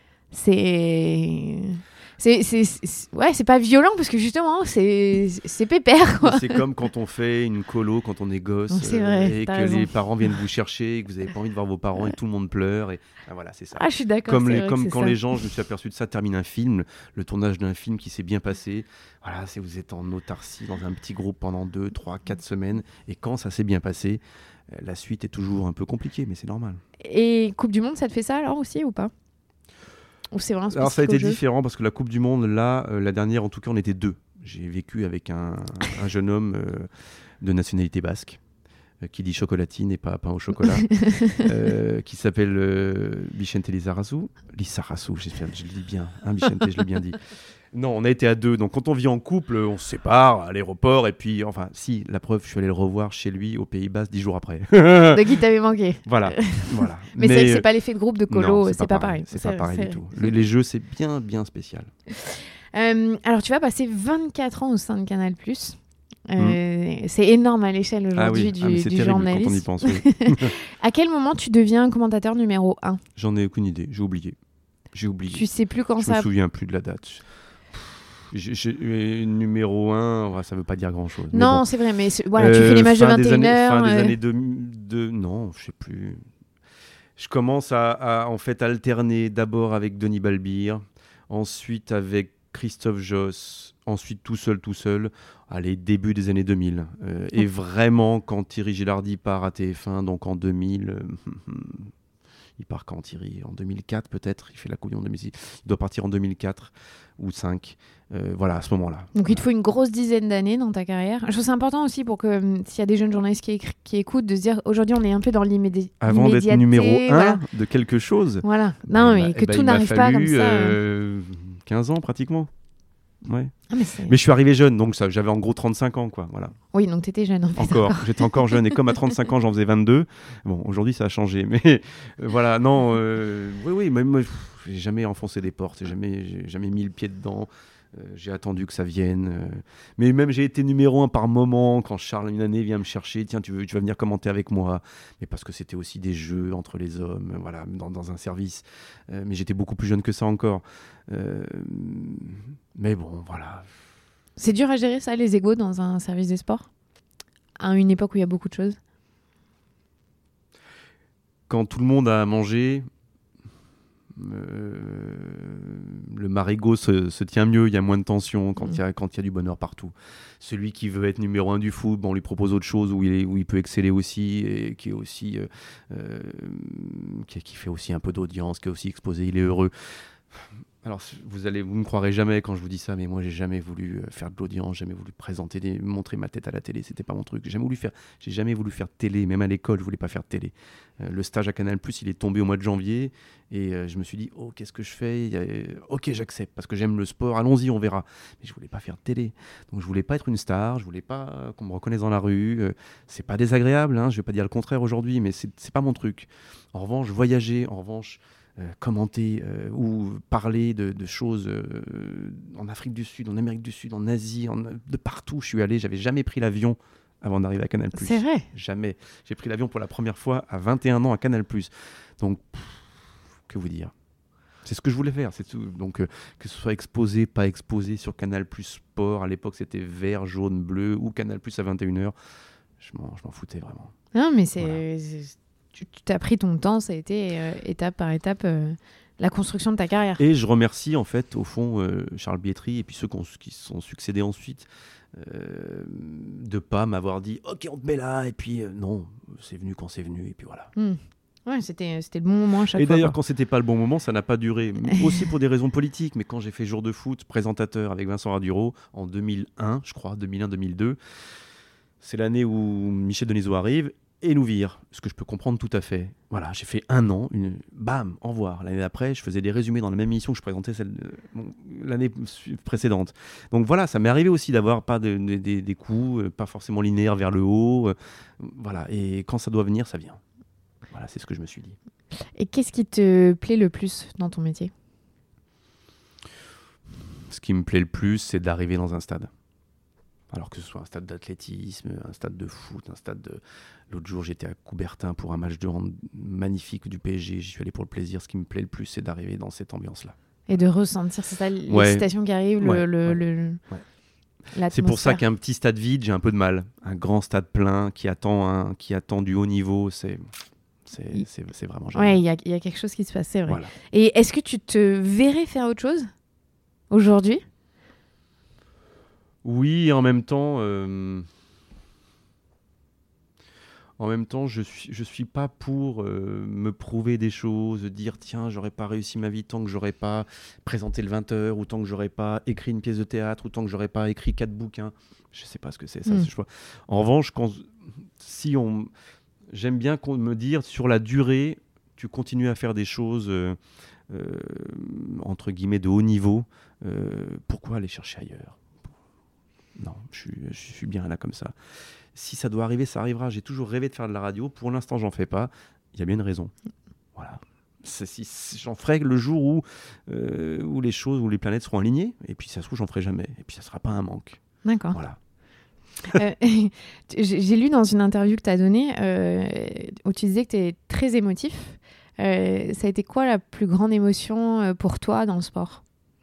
c'est pas violent parce que justement c'est pépère, quoi. C'est comme quand on fait une colo quand on est gosse vrai, et que raison. les parents viennent vous chercher et que vous n'avez pas envie de voir vos parents et tout le monde pleure et voilà, c'est ça. Je suis d'accord. Comme quand les gens, je me suis aperçu de ça, terminent un film, le tournage d'un film qui s'est bien passé. Voilà, vous êtes en autarcie dans un petit groupe pendant 2, 3, 4 semaines et quand ça s'est bien passé, la suite est toujours un peu compliquée, mais c'est normal. Et Coupe du Monde, ça te fait ça alors aussi ou pas ? Ou c'est vraiment alors ça a été différent parce que la Coupe du Monde, là, la dernière en tout cas, on était 2. J'ai vécu avec un jeune homme de nationalité basque qui dit chocolatine et pas pain au chocolat, qui s'appelle Vicente Lizarazu, j'espère que je le dis bien, hein, Vicente, je l'ai bien dit. Non, on a été à 2, donc quand on vit en couple, on se sépare à l'aéroport, et puis, enfin, si, la preuve, je suis allé le revoir chez lui, au Pays Basque, 10 jours après. De qui t'avais manqué. Voilà. Mais c'est vrai que c'est pas l'effet de groupe de colo, non, c'est pas pareil. C'est pas pareil du tout. Les jeux, c'est bien, bien spécial. Alors, tu vas passer 24 ans au sein de Canal+. C'est énorme à l'échelle aujourd'hui du journalisme. Quand on y pense, oui. À quel moment tu deviens commentateur numéro 1 ? J'en ai aucune idée, j'ai oublié. Tu sais plus quand ça... Je me souviens plus de la date. Numéro 1, ça veut pas dire grand chose. Non, bon. C'est vrai, mais voilà, tu fais les matchs de 21h. Fin des années non, je sais plus. Je commence à en fait alterner d'abord avec Denis Balbir, ensuite avec Christophe Josse, Ensuite, tout seul, allez, début des années 2000. Et vraiment, quand Thierry Gilardi part à TF1, donc en 2000, il part quand Thierry ? En 2004 peut-être, il fait la Coupe du Monde en 2006. Il doit partir en 2004 ou 2005. Voilà, à ce moment-là. Donc il te faut une grosse dizaine d'années dans ta carrière. Je trouve que c'est important aussi pour que s'il y a des jeunes journalistes qui écoutent, de se dire aujourd'hui on est un peu dans l'immédiateté. Avant d'être numéro 1 de quelque chose. Voilà. Non, mais que tout n'arrive pas comme ça. 15 ans pratiquement. Ouais. Ah, mais je suis arrivé jeune, donc j'avais en gros 35 ans, quoi. Voilà. Oui, donc tu étais jeune en fait. J'étais encore jeune, et comme à 35 ans j'en faisais 22. Bon, aujourd'hui ça a changé, mais voilà, non, oui, mais moi, j'ai jamais enfoncé des portes, j'ai jamais mis le pied dedans. J'ai attendu que ça vienne. Mais même j'ai été numéro 1 par moment quand Charles, une année, vient me chercher. Tiens, tu vas venir commenter avec moi. Mais parce que c'était aussi des jeux entre les hommes, voilà, dans un service. Mais j'étais beaucoup plus jeune que ça encore. Mais bon, voilà. C'est dur à gérer ça, les égos dans un service des sports ? À une époque où il y a beaucoup de choses ? Quand tout le monde a à manger... le marigot se tient mieux, il y a moins de tension quand il y a du bonheur partout. Celui qui veut être numéro 1 du foot, on lui propose autre chose où il peut exceller aussi, et qui est aussi qui fait aussi un peu d'audience, qui est aussi exposé, il est heureux. Alors vous me croirez jamais quand je vous dis ça, mais moi j'ai jamais voulu faire de l'audience, jamais voulu montrer ma tête à la télé, c'était pas mon truc. J'ai jamais voulu faire de télé, même à l'école je voulais pas faire de télé. Le stage à Canal+, il est tombé au mois de janvier, et je me suis dit qu'est-ce que je fais ? Ok, j'accepte parce que j'aime le sport, allons-y, on verra. Mais je voulais pas faire de télé, donc je voulais pas être une star, je voulais pas qu'on me reconnaisse dans la rue. C'est pas désagréable, hein, je vais pas dire le contraire aujourd'hui, mais c'est pas mon truc. En revanche, voyager, commenter ou parler de choses en Afrique du Sud, en Amérique du Sud, en Asie, de partout. Je suis allé, j'avais jamais pris l'avion avant d'arriver à Canal+. C'est vrai ? Jamais. J'ai pris l'avion pour la première fois à 21 ans à Canal+. Donc, que vous dire ? C'est ce que je voulais faire, c'est tout. Donc, que ce soit exposé, pas exposé sur Canal+ Sport, à l'époque c'était vert, jaune, bleu, ou Canal+ à 21h, je m'en foutais vraiment. Non, mais tu t'as pris ton temps, ça a été étape par étape la construction de ta carrière. Et je remercie en fait au fond Charles Bietri et puis ceux qui se sont succédés ensuite de pas m'avoir dit ok on te met là et puis non, c'est venu quand c'est venu et puis voilà. Ouais, c'était le bon moment à chaque fois. Et d'ailleurs quand c'était pas le bon moment, ça n'a pas duré, aussi pour des raisons politiques, mais quand j'ai fait Jour de foot, présentateur avec Vincent Raduro en 2001, je crois, 2001-2002, c'est l'année où Michel Denisot arrive et nous vire, ce que je peux comprendre tout à fait. Voilà, j'ai fait 1 an, bam, au revoir. L'année d'après, je faisais des résumés dans la même émission que je présentais l'année précédente. Donc voilà, ça m'est arrivé aussi d'avoir pas des coups, pas forcément linéaires vers le haut. Voilà, et quand ça doit venir, ça vient. Voilà, c'est ce que je me suis dit. Et qu'est-ce qui te plaît le plus dans ton métier ? Ce qui me plaît le plus, c'est d'arriver dans un stade. Alors que ce soit un stade d'athlétisme, un stade de foot, un stade de... L'autre jour, j'étais à Coubertin pour un match de hand magnifique du PSG. J'y suis allé pour le plaisir. Ce qui me plaît le plus, c'est d'arriver dans cette ambiance-là. Et de ressentir, c'est ça, l'excitation qui arrive, C'est pour ça qu'un petit stade vide, j'ai un peu de mal. Un grand stade plein qui attend du haut niveau, c'est vraiment génial. Ouais, il y a quelque chose qui se passe, c'est vrai. Voilà. Et est-ce que tu te verrais faire autre chose aujourd'hui ? Oui, en même temps, je suis pas pour me prouver des choses, dire tiens, j'aurais pas réussi ma vie tant que j'aurais pas présenté le 20h, ou tant que j'aurais pas écrit une pièce de théâtre, ou tant que j'aurais pas écrit 4 bouquins. Je sais pas ce que c'est ça. En revanche, j'aime bien qu'on me dise sur la durée, tu continues à faire des choses entre guillemets de haut niveau. Pourquoi aller chercher ailleurs ? Non, je suis bien là comme ça. Si ça doit arriver, ça arrivera. J'ai toujours rêvé de faire de la radio. Pour l'instant, j'en fais pas. Il y a bien une raison. Voilà. J'en ferai le jour où les choses, où les planètes seront alignées. Et puis, ça se trouve, j'en ferai jamais. Et puis, ça sera pas un manque. D'accord. Voilà. J'ai lu dans une interview que tu as donnée où tu disais que tu es très émotif. Ça a été quoi la plus grande émotion pour toi dans le sport ?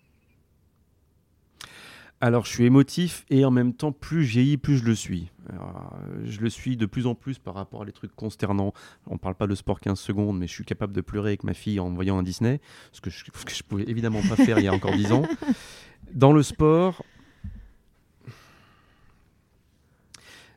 Alors, je suis émotif et en même temps, plus je vieillis, plus je le suis. Alors, je le suis de plus en plus par rapport à des trucs consternants. On ne parle pas de sport 15 secondes, mais je suis capable de pleurer avec ma fille en voyant un Disney, ce que je ne pouvais évidemment pas faire il y a encore 10 ans. Dans le sport,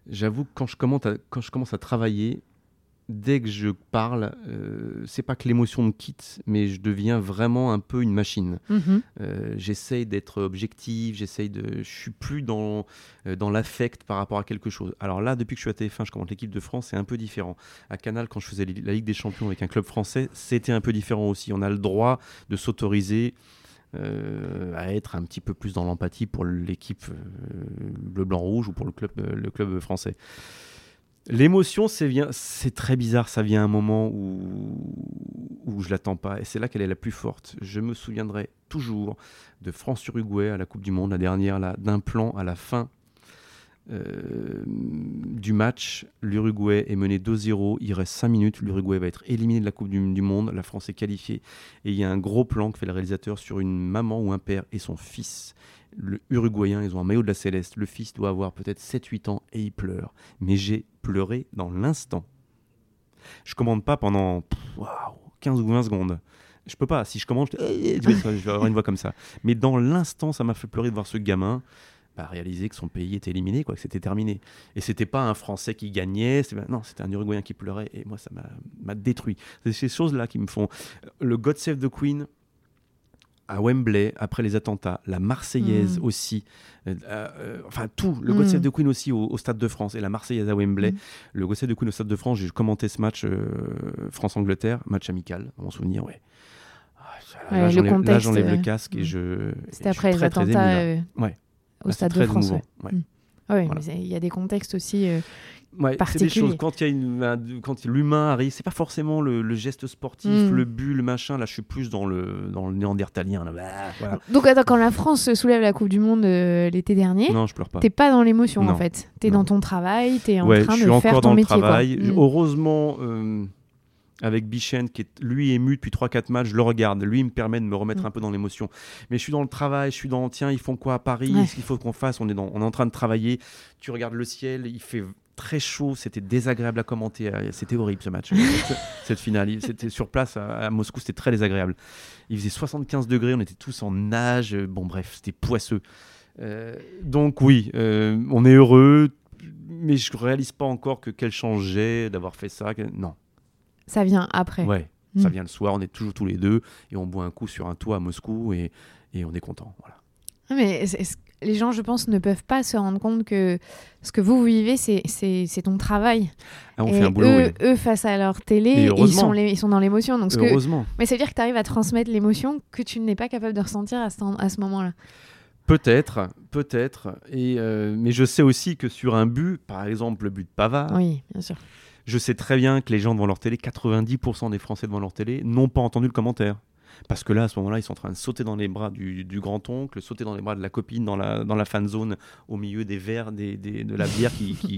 J'avoue que quand je commence à travailler, dès que je parle, c'est pas que l'émotion me quitte, mais je deviens vraiment un peu une machine. Mhm. J'essaye d'être objectif, je suis plus dans l'affect par rapport à quelque chose. Alors là, depuis que je suis à TF1, je commente l'équipe de France, c'est un peu différent. À Canal, quand je faisais la Ligue des Champions avec un club français, c'était un peu différent aussi. On a le droit de s'autoriser à être un petit peu plus dans l'empathie pour l'équipe bleu, blanc, rouge ou pour le club français. L'émotion, c'est très bizarre, ça vient à un moment où je l'attends pas, et c'est là qu'elle est la plus forte. Je me souviendrai toujours de France-Uruguay à la Coupe du Monde, la dernière, là, d'un plan à la fin du match. L'Uruguay est mené 2-0, il reste 5 minutes, l'Uruguay va être éliminé de la Coupe du Monde, la France est qualifiée, et il y a un gros plan que fait le réalisateur sur une maman ou un père et son fils. Le Uruguayen, ils ont un maillot de la Céleste, le fils doit avoir peut-être 7-8 ans et il pleure. Mais j'ai pleuré dans l'instant. Je commande pas pendant 15 ou 20 secondes. Je peux pas, si je commande, je vais avoir une voix comme ça. Mais dans l'instant, ça m'a fait pleurer de voir ce gamin réaliser que son pays était éliminé, que c'était terminé. Et c'était pas un Français qui gagnait, non, c'était un Uruguayen qui pleurait, et moi ça m'a détruit. C'est ces choses-là qui me font... Le God Save the Queen à Wembley, après les attentats, la Marseillaise aussi, enfin tout, le God Save the Queen aussi au Stade de France, et la Marseillaise à Wembley. Le God Save the Queen au Stade de France, j'ai commenté ce match France-Angleterre, match amical, dans mon souvenir, ouais. Là, j'enlève le casque et je... C'était après les attentats au Stade de France. Ouais. Ouais, Voilà. mais il y a des contextes aussi particuliers. C'est des choses, quand l'humain arrive, c'est pas forcément le geste sportif, le but, le machin. Là, je suis plus dans le néandertalien. Là. Voilà. Donc, attends, quand la France soulève la Coupe du Monde l'été dernier, non, je pleure pas. T'es pas dans l'émotion en fait. T'es dans ton travail, t'es en train de faire ton métier. Travail. Heureusement, avec Bichen, qui est lui ému depuis 3-4 matchs, je le regarde. Lui, il me permet de me remettre un peu dans l'émotion. Mais je suis dans le travail, je suis dans tiens, ils font quoi à Paris ? Qu'est-ce qu'il faut qu'on fasse ? On est en train de travailler. Tu regardes le ciel, il fait très chaud, c'était désagréable à commenter. C'était horrible ce match, cette finale. C'était sur place à Moscou, c'était très désagréable. Il faisait 75 degrés, on était tous en nage. Bon, bref, c'était poisseux. Donc, oui, on est heureux, mais je ne réalise pas encore quel change j'ai d'avoir fait ça. Non. Ça vient après. Ouais, ça vient le soir, on est toujours tous les deux et on boit un coup sur un toit à Moscou et on est content. Voilà. Mais les gens, je pense, ne peuvent pas se rendre compte que ce que vous vivez, c'est ton travail. On fait un boulot. Eux, face à leur télé, ils sont dans l'émotion. Donc heureusement. Mais ça veut dire que tu arrives à transmettre l'émotion que tu n'es pas capable de ressentir à ce moment-là. Peut-être. Mais je sais aussi que sur un but, par exemple le but de Pavard, oui, bien sûr. Je sais très bien que les gens devant leur télé, 90% des Français devant leur télé, n'ont pas entendu le commentaire. Parce que là, à ce moment-là, ils sont en train de sauter dans les bras du grand-oncle, sauter dans les bras de la copine dans la fan zone, au milieu des verres, de la bière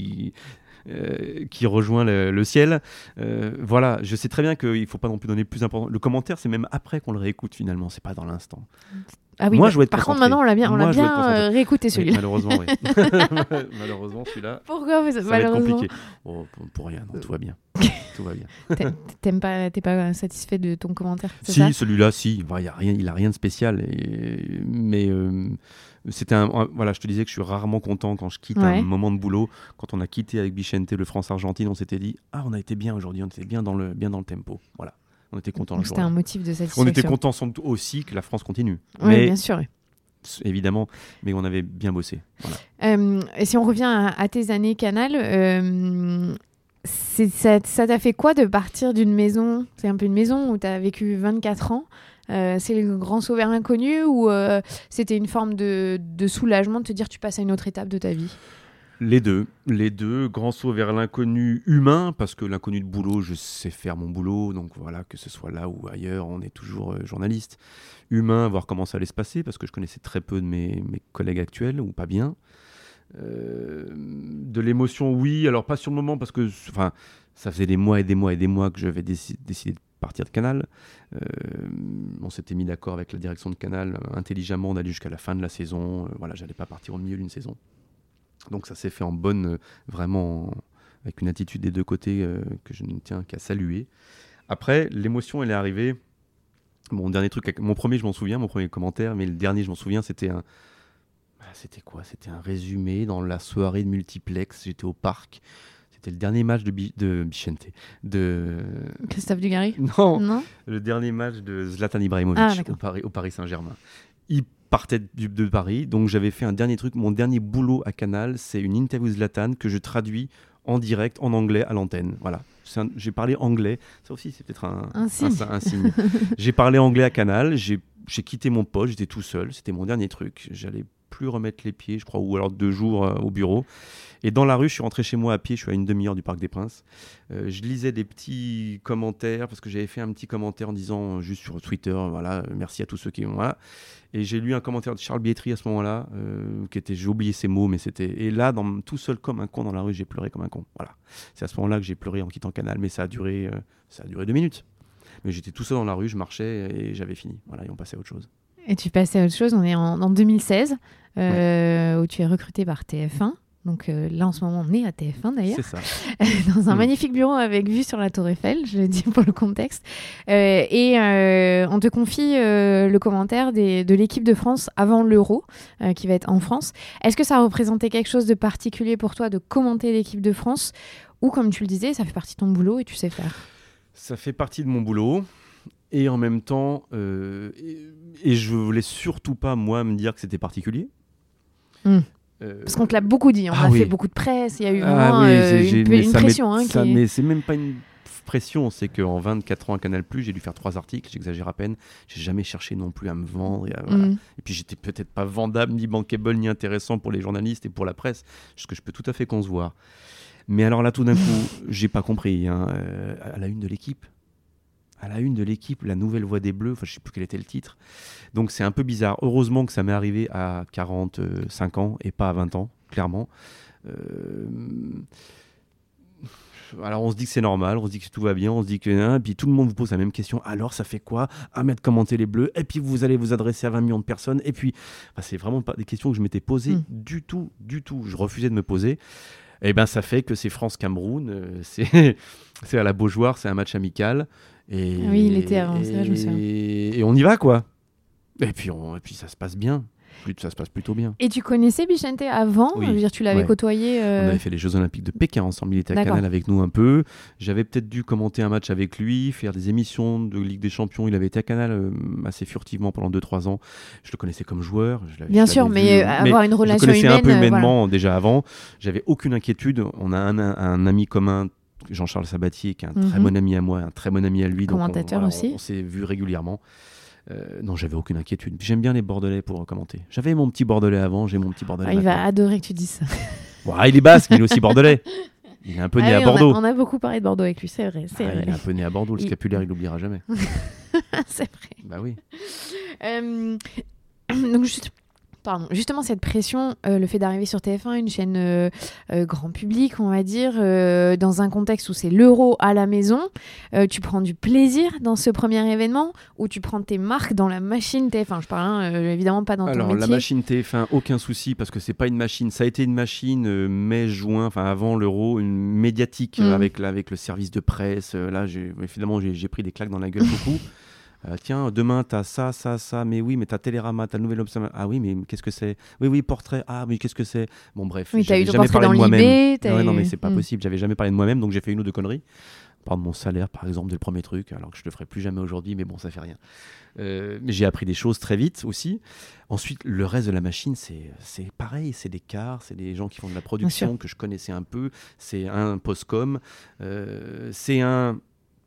qui rejoint le ciel. Voilà, je sais très bien qu'il ne faut pas non plus donner plus important. Le commentaire, c'est même après qu'on le réécoute finalement, c'est pas dans l'instant. Ah oui, moi, je dois être par concentré. contre, maintenant, on l'a bien réécouté celui-là. Oui, malheureusement, oui. Malheureusement, celui-là. Pourquoi ça va être compliqué. Pour rien, non, tout va bien. Tout va bien. T'es pas satisfait de ton commentaire, c'est si, ça celui-là, si. Il a rien de spécial. Mais c'était voilà, je te disais que je suis rarement content quand je quitte un moment de boulot. Quand on a quitté avec Bichente le France-Argentine, on s'était dit on a été bien aujourd'hui, on était bien dans le tempo. Voilà. On était content. C'était un motif de satisfaction. On était content aussi que la France continue. Oui, bien sûr. Évidemment, mais on avait bien bossé. Voilà. Et si on revient à tes années Canal, ça t'a fait quoi de partir d'une maison ? C'est un peu une maison où tu as vécu 24 ans. C'est le grand saut vers l'inconnu ou c'était une forme de soulagement de te dire tu passes à une autre étape de ta vie ? Les deux, grand saut vers l'inconnu humain, parce que l'inconnu de boulot, je sais faire mon boulot, donc voilà, que ce soit là ou ailleurs, on est toujours journaliste. Humain, voir comment ça allait se passer, parce que je connaissais très peu de mes collègues actuels, ou pas bien. De l'émotion, oui, alors pas sur le moment, parce que ça faisait des mois et des mois et des mois que j'avais décidé de partir de Canal. On s'était mis d'accord avec la direction de Canal, intelligemment, d'aller jusqu'à la fin de la saison. Voilà, j'allais pas partir au milieu d'une saison. Donc ça s'est fait en bonne, vraiment avec une attitude des deux côtés que je ne tiens qu'à saluer. Après, l'émotion, elle est arrivée. Mon dernier truc, mon premier, je m'en souviens, mon premier commentaire, mais le dernier, je m'en souviens, c'était C'était quoi? C'était un résumé dans la soirée de multiplex. J'étais au parc. C'était le dernier match de Bichente. Christophe Dugarry? Non, Non. le dernier match de Zlatan Ibrahimovic au Paris Saint-Germain. Il partait de Paris, donc j'avais fait un dernier truc. Mon dernier boulot à Canal, c'est une interview de Zlatan que je traduis en direct, en anglais, à l'antenne. Voilà. J'ai parlé anglais. Ça aussi, c'est peut-être un signe. J'ai parlé anglais à Canal. J'ai quitté mon poste. J'étais tout seul. C'était mon dernier truc. J'allais plus remettre les pieds, je crois, ou alors 2 jours au bureau. Et dans la rue, je suis rentré chez moi à pied. Je suis à une demi-heure du Parc des Princes. Je lisais des petits commentaires parce que j'avais fait un petit commentaire en disant juste sur Twitter, voilà, merci à tous ceux qui ont. Voilà. Et j'ai lu un commentaire de Charles Bietri à ce moment-là, j'ai oublié ses mots, mais c'était. Et là, tout seul comme un con dans la rue, j'ai pleuré comme un con. Voilà. C'est à ce moment-là que j'ai pleuré en quittant Canal, mais ça a duré 2 minutes. Mais j'étais tout seul dans la rue, je marchais et j'avais fini. Voilà, et on passait à autre chose. Et tu passais à autre chose. On est en 2016, où tu es recruté par TF1. Donc là, en ce moment, on est à TF1 d'ailleurs. C'est ça. Dans un magnifique bureau avec vue sur la Tour Eiffel, je le dis pour le contexte. Et on te confie le commentaire de l'équipe de France avant l'Euro, qui va être en France. Est-ce que ça représentait quelque chose de particulier pour toi de commenter l'équipe de France? Ou comme tu le disais, ça fait partie de ton boulot et tu sais faire? Ça fait partie de mon boulot. Et en même temps, et je voulais surtout pas, moi, me dire que c'était particulier. Parce qu'on te l'a beaucoup dit, on a fait beaucoup de presse, il y a eu vraiment une pression. Mais c'est même pas une pression, c'est qu'en 24 ans à Canal+, j'ai dû faire 3 articles, j'exagère à peine, j'ai jamais cherché non plus à me vendre. Et puis j'étais peut-être pas vendable, ni bankable, ni intéressant pour les journalistes et pour la presse, ce que je peux tout à fait concevoir. Mais alors là, tout d'un coup, j'ai pas compris, à la une de l'équipe. À la une de l'équipe, la nouvelle voix des Bleus, je sais plus quel était le titre. Donc c'est un peu bizarre. Heureusement que ça m'est arrivé à 45 ans et pas à 20 ans, clairement. Alors on se dit que c'est normal, on se dit que tout va bien, on se dit que... et puis tout le monde vous pose la même question. Alors ça fait quoi à mettre commenter les Bleus? Et puis vous allez vous adresser à 20 millions de personnes. Et puis, c'est vraiment pas des questions que je m'étais posées du tout. Je refusais de me poser. Et ben ça fait que c'est France-Cameroun. C'est à la Beaujoire, c'est un match amical. Oui, il était avant, c'est vrai, je me souviens. Et on y va, quoi. Et puis ça se passe bien. Ça se passe plutôt bien. Et tu connaissais Bichente avant? Oui. Je veux dire, tu l'avais côtoyé On avait fait les Jeux Olympiques de Pékin ensemble, il était à Canal avec nous un peu. J'avais peut-être dû commenter un match avec lui, faire des émissions de Ligue des Champions. Il avait été à Canal assez furtivement pendant 2-3 ans. Je le connaissais comme joueur. Bien sûr, mais avoir une relation humaine... Je le connaissais un peu humainement déjà avant. J'avais aucune inquiétude. On a un ami commun, Jean-Charles Sabatier, qui est un très bon ami à moi, un très bon ami à lui. Commentateur donc aussi. On s'est vus régulièrement. Non, j'avais aucune inquiétude. J'aime bien les Bordelais pour commenter. J'avais mon petit Bordelais avant, j'ai mon petit Bordelais il va adorer que tu dises ça. Il est basque, mais il est aussi Bordelais. Il est un peu né à Bordeaux. On a beaucoup parlé de Bordeaux avec lui, c'est vrai. Il est un peu né à Bordeaux, le scapulaire, il l'oubliera jamais. C'est vrai. Bah oui. Donc justement cette pression, le fait d'arriver sur TF1, une chaîne grand public, on va dire, dans un contexte où c'est l'Euro à la maison, tu prends du plaisir dans ce premier événement ou tu prends tes marques dans la machine TF1? Je parle évidemment pas dans ton métier. Alors la machine TF1, aucun souci, parce que c'est pas une machine, ça a été une machine mai-juin, enfin avant l'Euro, une médiatique avec le service de presse. Là, évidemment, j'ai pris des claques dans la gueule beaucoup. Tiens, demain, t'as ça, mais oui, mais t'as Télérama, t'as le Nouvel Observateur. Ah oui, mais qu'est-ce que c'est? Oui, portrait. Ah, mais qu'est-ce que c'est? Bon, bref, j'avais jamais parlé de moi-même. Non, mais c'est pas possible. possible, j'avais jamais parlé de moi-même, donc j'ai fait une ou deux conneries. Prendre mon salaire, par exemple, dès le premier truc, alors que je le ferai plus jamais aujourd'hui, mais bon, ça fait rien. Mais j'ai appris des choses très vite aussi. Ensuite, le reste de la machine, c'est pareil, c'est des cars, c'est des gens qui font de la production que je connaissais un peu, c'est un postcom, c'est un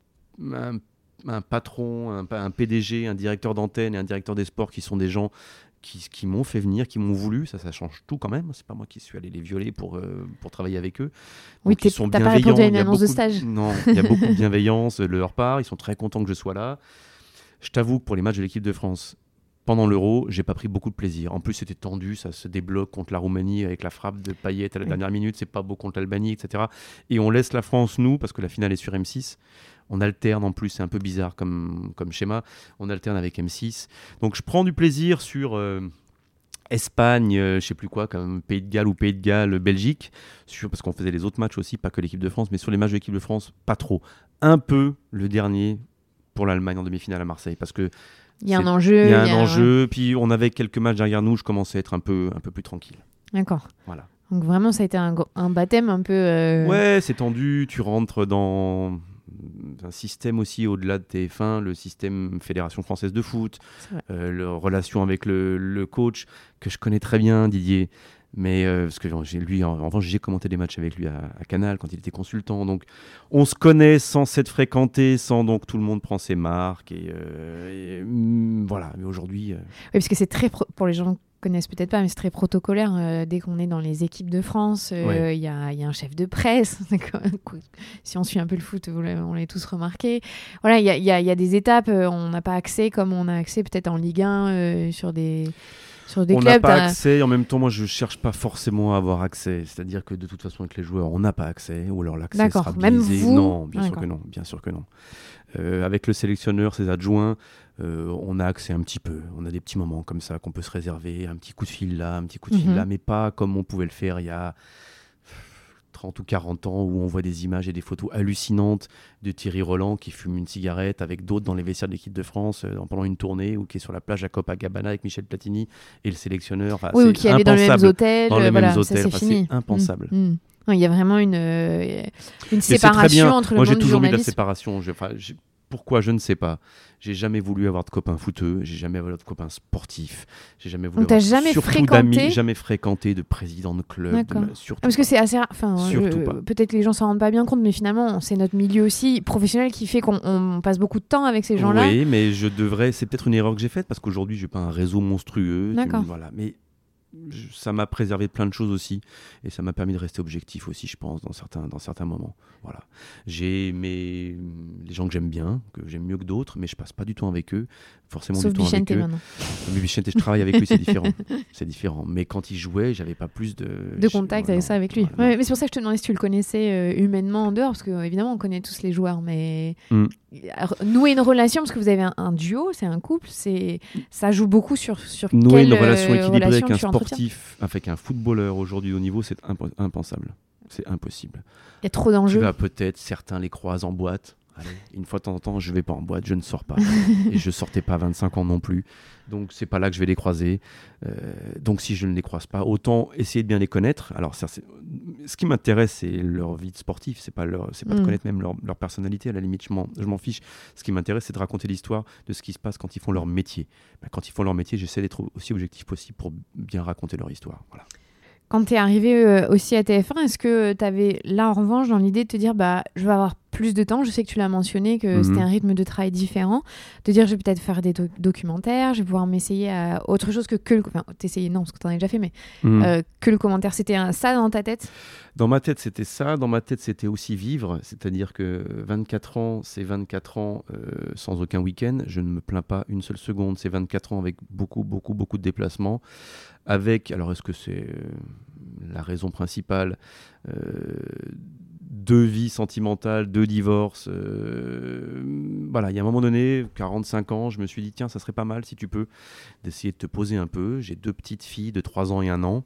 patron, un PDG, un directeur d'antenne et un directeur des sports qui sont des gens qui m'ont fait venir, qui m'ont voulu. Ça change tout quand même. C'est pas moi qui suis allé les violer pour travailler avec eux. Donc, oui, t'as pas répondu à une annonce de stage. Non, il y a beaucoup de bienveillance de leur part. Ils sont très contents que je sois là. Je t'avoue que pour les matchs de l'équipe de France, pendant l'Euro, j'ai pas pris beaucoup de plaisir. En plus, c'était tendu, ça se débloque contre la Roumanie avec la frappe de Payet à la dernière minute. C'est pas beau contre l'Albanie, etc. Et on laisse la France, nous, parce que la finale est sur M6. On alterne en plus, c'est un peu bizarre comme schéma. On alterne avec M6. Donc je prends du plaisir sur Espagne, je sais plus quoi, comme Pays de Galles ou Pays de Galles, Belgique, parce qu'on faisait les autres matchs aussi, pas que l'équipe de France, mais sur les matchs de l'équipe de France, pas trop. Un peu le dernier pour l'Allemagne en demi-finale à Marseille, parce que Il y a un enjeu. Il y a un enjeu. Puis on avait quelques matchs derrière nous. Je commençais à être un peu plus tranquille. D'accord. Voilà. Donc vraiment, ça a été un baptême un peu... Ouais, c'est tendu. Tu rentres dans un système aussi au-delà de TF1, le système Fédération Française de Foot, la relation avec le coach que je connais très bien, Didier. Mais parce que lui, en revanche, j'ai commenté des matchs avec lui à Canal quand il était consultant. Donc, on se connaît sans s'être fréquenté, sans donc tout le monde prend ses marques. Voilà. Mais aujourd'hui. Oui, parce que c'est très pour les gens qui connaissent peut-être pas, mais c'est très protocolaire. Dès qu'on est dans les équipes de France, il y a un chef de presse. Si on suit un peu le foot, on l'a tous remarqué. Voilà, il y a des étapes. On n'a pas accès comme on a accès peut-être en Ligue 1 sur des on n'a pas accès, et en même temps, moi, je cherche pas forcément à avoir accès. C'est-à-dire que de toute façon, avec les joueurs, on n'a pas accès, ou alors l'accès sera biaisé. Même vous Non, bien sûr que non. Avec le sélectionneur, ses adjoints, on a accès un petit peu. On a des petits moments comme ça qu'on peut se réserver, un petit coup de fil là, un petit coup de fil là, mais pas comme on pouvait le faire il y a 30 ou 40 ans, où on voit des images et des photos hallucinantes de Thierry Roland qui fume une cigarette avec d'autres dans les vestiaires de l'équipe de France pendant une tournée, ou qui est sur la plage à Copacabana avec Michel Platini et le sélectionneur. Oui, ou qui allait dans les mêmes hôtels. C'est fini. C'est impensable. Non, il y a vraiment une séparation entre le monde du journaliste. Moi, j'ai toujours mis la séparation. Pourquoi, je ne sais pas. J'ai jamais voulu avoir de copains footeux, j'ai jamais voulu avoir de copains sportifs, j'ai jamais voulu avoir surtout d'amis, jamais fréquenté de président de club. Parce que c'est assez rare. Peut-être que les gens s'en rendent pas bien compte, mais finalement, c'est notre milieu aussi professionnel qui fait qu'on passe beaucoup de temps avec ces gens-là. Oui, mais c'est peut-être une erreur que j'ai faite, parce qu'aujourd'hui, j'ai pas un réseau monstrueux. Voilà, mais ça m'a préservé de plein de choses aussi, et ça m'a permis de rester objectif aussi, je pense, dans certains moments. Voilà. J'ai les gens que j'aime bien, que j'aime mieux que d'autres, mais je passe pas du temps avec eux, forcément. Sauf du temps Bichente avec eux. maintenant. Mais Bichente, je travaille avec lui, c'est différent. C'est différent. Mais quand il jouait, j'avais pas plus de contact avec ça avec lui. Ouais, mais c'est pour ça que je te demandais si tu le connaissais humainement en dehors, parce que évidemment on connaît tous les joueurs, mais nouer une relation, parce que vous avez un duo, c'est un couple, ça joue beaucoup sur nouer une relation équilibrée avec un sportif, avec un footballeur aujourd'hui au niveau, c'est impensable. C'est impossible. Il y a trop d'enjeux. Tu vas peut-être, certains les croisent en boîte. Allez, une fois de temps en temps, je vais pas en boîte, je ne sors pas. Et je sortais pas à 25 ans non plus. Donc, c'est pas là que je vais les croiser. Donc, si je ne les croise pas, autant essayer de bien les connaître. Alors, ce qui m'intéresse, c'est leur vie de sportif. C'est pas de connaître même leur personnalité. À la limite, je m'en fiche. Ce qui m'intéresse, c'est de raconter l'histoire de ce qui se passe quand ils font leur métier. Quand ils font leur métier, j'essaie d'être aussi objectif possible pour bien raconter leur histoire. Voilà. Quand tu es arrivé aussi à TF1, est-ce que tu avais là en revanche dans l'idée de te dire je vais avoir plus de temps, je sais que tu l'as mentionné, que c'était un rythme de travail différent, de dire je vais peut-être faire des documentaires, je vais pouvoir m'essayer à autre chose que t'essayer, non, parce que t'en as déjà fait, mais que le commentaire, c'était ça dans ta tête? Dans ma tête, c'était ça. Dans ma tête, c'était aussi vivre. C'est-à-dire que 24 ans, c'est 24 ans sans aucun week-end. Je ne me plains pas une seule seconde. C'est 24 ans avec beaucoup, beaucoup, beaucoup de déplacements. Alors, est-ce que c'est la raison principale 2 vies sentimentales, 2 divorces. Voilà, il y a un moment donné, 45 ans, je me suis dit, tiens, ça serait pas mal, si tu peux, d'essayer de te poser un peu. J'ai 2 petites filles de 3 ans et 1 an.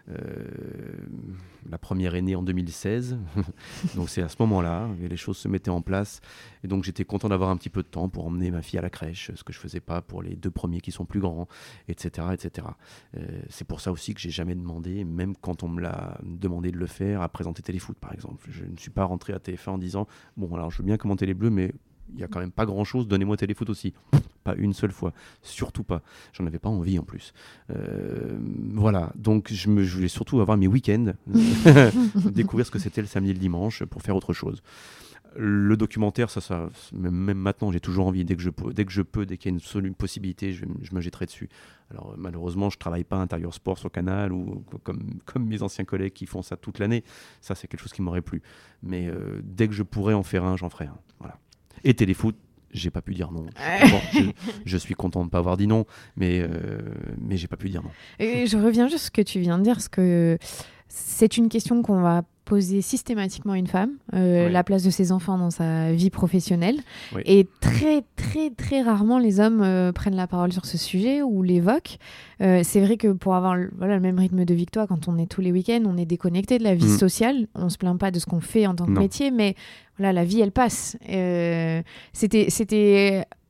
La première est née en 2016. Donc c'est à ce moment-là que les choses se mettaient en place. Et donc j'étais content d'avoir un petit peu de temps pour emmener ma fille à la crèche, ce que je faisais pas pour les 2 premiers qui sont plus grands, etc. etc. C'est pour ça aussi que j'ai jamais demandé, même quand on me l'a demandé de le faire, à présenter Téléfoot par exemple. Je ne suis pas rentré à TF1 en disant bon, alors je veux bien commenter les Bleus, mais il n'y a quand même pas grand chose, donnez-moi Téléfoot aussi. Pas une seule fois, surtout pas. J'en avais pas envie en plus. Voilà, donc je voulais surtout avoir mes week-ends, découvrir ce que c'était le samedi et le dimanche pour faire autre chose. Le documentaire, ça même maintenant, j'ai toujours envie, dès qu'il y a une possibilité, je me jetterai dessus. Alors malheureusement, je travaille pas à Intérieur Sport sur Canal ou comme mes anciens collègues qui font ça toute l'année. Ça, c'est quelque chose qui m'aurait plu. Mais dès que je pourrais en faire un, j'en ferai un. Voilà. Et Téléfoot, j'ai pas pu dire non. Bon, je suis content de ne pas avoir dit non, mais j'ai pas pu dire non. Et je reviens juste à ce que tu viens de dire, parce que c'est une question qu'on va poser systématiquement à une femme, oui. La place de ses enfants dans sa vie professionnelle. Oui. Et très, très, très rarement, les hommes prennent la parole sur ce sujet ou l'évoquent. C'est vrai que pour avoir le même rythme de vie que toi, quand on est tous les week-ends, on est déconnecté de la vie sociale. On ne se plaint pas de ce qu'on fait en tant que métier, mais voilà, la vie, elle passe. C'était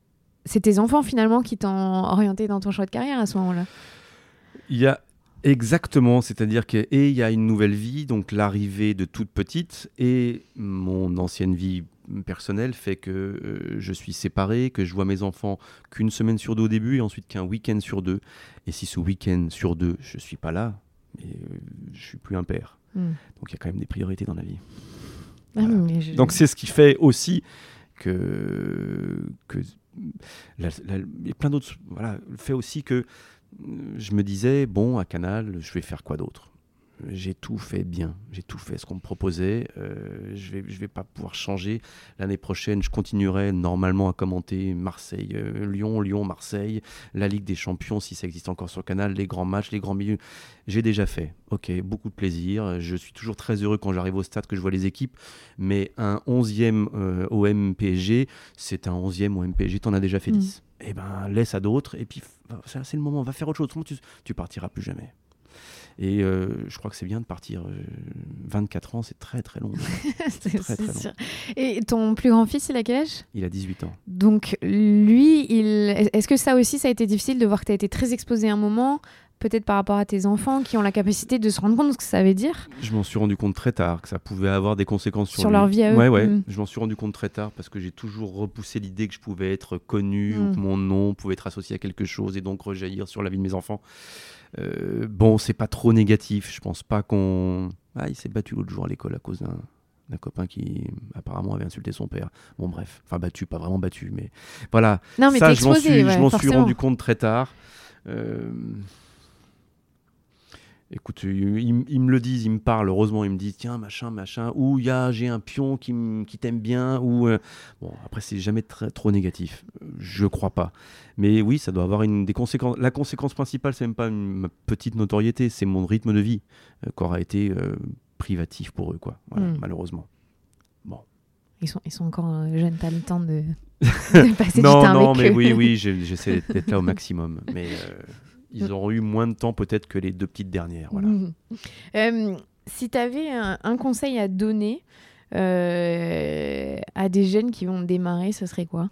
c'est tes enfants finalement qui t'ont orienté dans ton choix de carrière à ce moment-là. Il y a exactement, c'est-à-dire qu'il y a une nouvelle vie, donc l'arrivée de toute petite, et mon ancienne vie personnelle fait que je suis séparé, que je vois mes enfants qu'une semaine sur 2 au début, et ensuite qu'un week-end sur 2. Et si ce week-end sur 2, je suis pas là, je suis plus un père. Donc il y a quand même des priorités dans la vie. Voilà. Donc c'est ce qui fait aussi que il y a plein d'autres. Voilà, fait aussi que je me disais, bon, à Canal, je vais faire quoi d'autre ? J'ai tout fait bien, j'ai tout fait ce qu'on me proposait. Je vais pas pouvoir changer. L'année prochaine, je continuerai normalement à commenter Marseille, Lyon, Marseille, la Ligue des Champions, si ça existe encore sur Canal, les grands matchs, les grands milieux. J'ai déjà fait. Ok, beaucoup de plaisir. Je suis toujours très heureux quand j'arrive au stade, que je vois les équipes. Mais un 11e OM PSG, c'est un 11e OM PSG, t'en as déjà fait 10. Eh ben, laisse à d'autres. Et puis, c'est le moment, va faire autre chose. Tu partiras plus jamais. Et je crois que c'est bien de partir. 24 ans, c'est très très long. C'est très long. Et ton plus grand fils, il a quel âge ? Il a 18 ans. Donc lui, est-ce que ça aussi, ça a été difficile de voir que tu as été très exposé à un moment, peut-être par rapport à tes enfants qui ont la capacité de se rendre compte de ce que ça veut dire ? Je m'en suis rendu compte très tard, que ça pouvait avoir des conséquences sur leur vie à eux. Ouais. Je m'en suis rendu compte très tard parce que j'ai toujours repoussé l'idée que je pouvais être connu ou que mon nom pouvait être associé à quelque chose et donc rejaillir sur la vie de mes enfants. Bon, c'est pas trop négatif. Je pense pas qu'on... il s'est battu l'autre jour à l'école à cause d'un copain qui apparemment avait insulté son père. Bon, bref. Enfin, battu, pas vraiment battu, mais voilà. Non, mais ça, je m'en suis rendu compte très tard. Écoute, ils me le disent, ils me parlent, heureusement, ils me disent tiens, machin, ou j'ai un pion qui t'aime bien, ou... Bon, après, c'est jamais trop négatif, je crois pas. Mais oui, ça doit avoir des conséquences. La conséquence principale, c'est même pas ma petite notoriété, c'est mon rythme de vie, qui aura été privatif pour eux, quoi. Voilà, malheureusement. Bon. Ils sont encore jeunes, t'as le temps de passer du temps avec eux. Non, mais oui, j'essaie d'être là au maximum, mais... Ils auront eu moins de temps peut-être que les 2 petites dernières. Voilà. Si tu avais un conseil à donner à des jeunes qui vont démarrer, ce serait quoi ?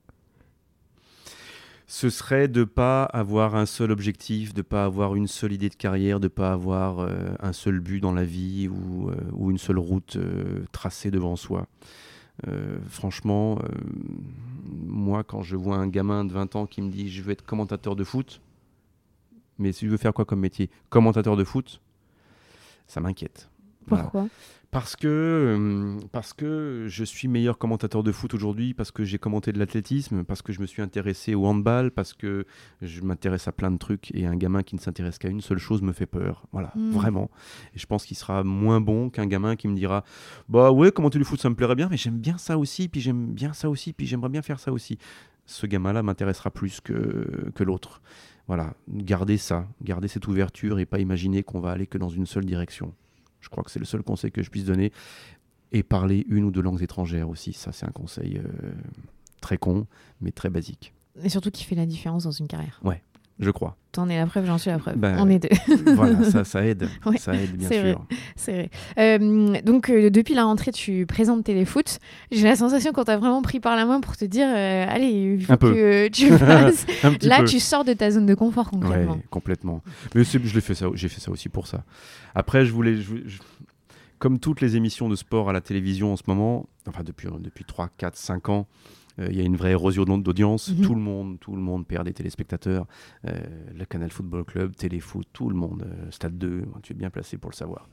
Ce serait de ne pas avoir un seul objectif, de ne pas avoir une seule idée de carrière, de ne pas avoir un seul but dans la vie ou une seule route tracée devant soi. Franchement, moi, quand je vois un gamin de 20 ans qui me dit « je veux être commentateur de foot », mais si je veux faire quoi comme métier ? Commentateur de foot, ça m'inquiète. Pourquoi ? Voilà. Parce que je suis meilleur commentateur de foot aujourd'hui, parce que j'ai commenté de l'athlétisme, parce que je me suis intéressé au handball, parce que je m'intéresse à plein de trucs, et un gamin qui ne s'intéresse qu'à une seule chose me fait peur. Voilà, vraiment. Et je pense qu'il sera moins bon qu'un gamin qui me dira « Bah ouais, commenter du foot, ça me plairait bien, mais j'aime bien ça aussi, puis j'aime bien ça aussi, puis j'aimerais bien faire ça aussi. » Ce gamin-là m'intéressera plus que l'autre. Voilà, garder cette ouverture et pas imaginer qu'on va aller que dans une seule direction. Je crois que c'est le seul conseil que je puisse donner. Et parler 1 ou 2 langues étrangères aussi, ça c'est un conseil très con, mais très basique. Et surtout qui fait la différence dans une carrière. Ouais, je crois. T'en es la preuve, j'en suis la preuve. On est 2. Voilà, ça aide. Ouais, ça aide, bien sûr. C'est vrai. Donc, depuis la rentrée, tu présentes Téléfoot. J'ai la sensation qu'on t'a vraiment pris par la main pour te dire allez, il faut que tu fasses. Là, tu sors de ta zone de confort concrètement. Ouais, complètement. Mais j'ai fait ça aussi pour ça. Après, comme toutes les émissions de sport à la télévision en ce moment, enfin depuis 3, 4, 5 ans, il y a une vraie érosion d'audience. Tout le monde perd des téléspectateurs. Le Canal Football Club, Téléfoot, tout le monde. Stade 2, tu es bien placé pour le savoir.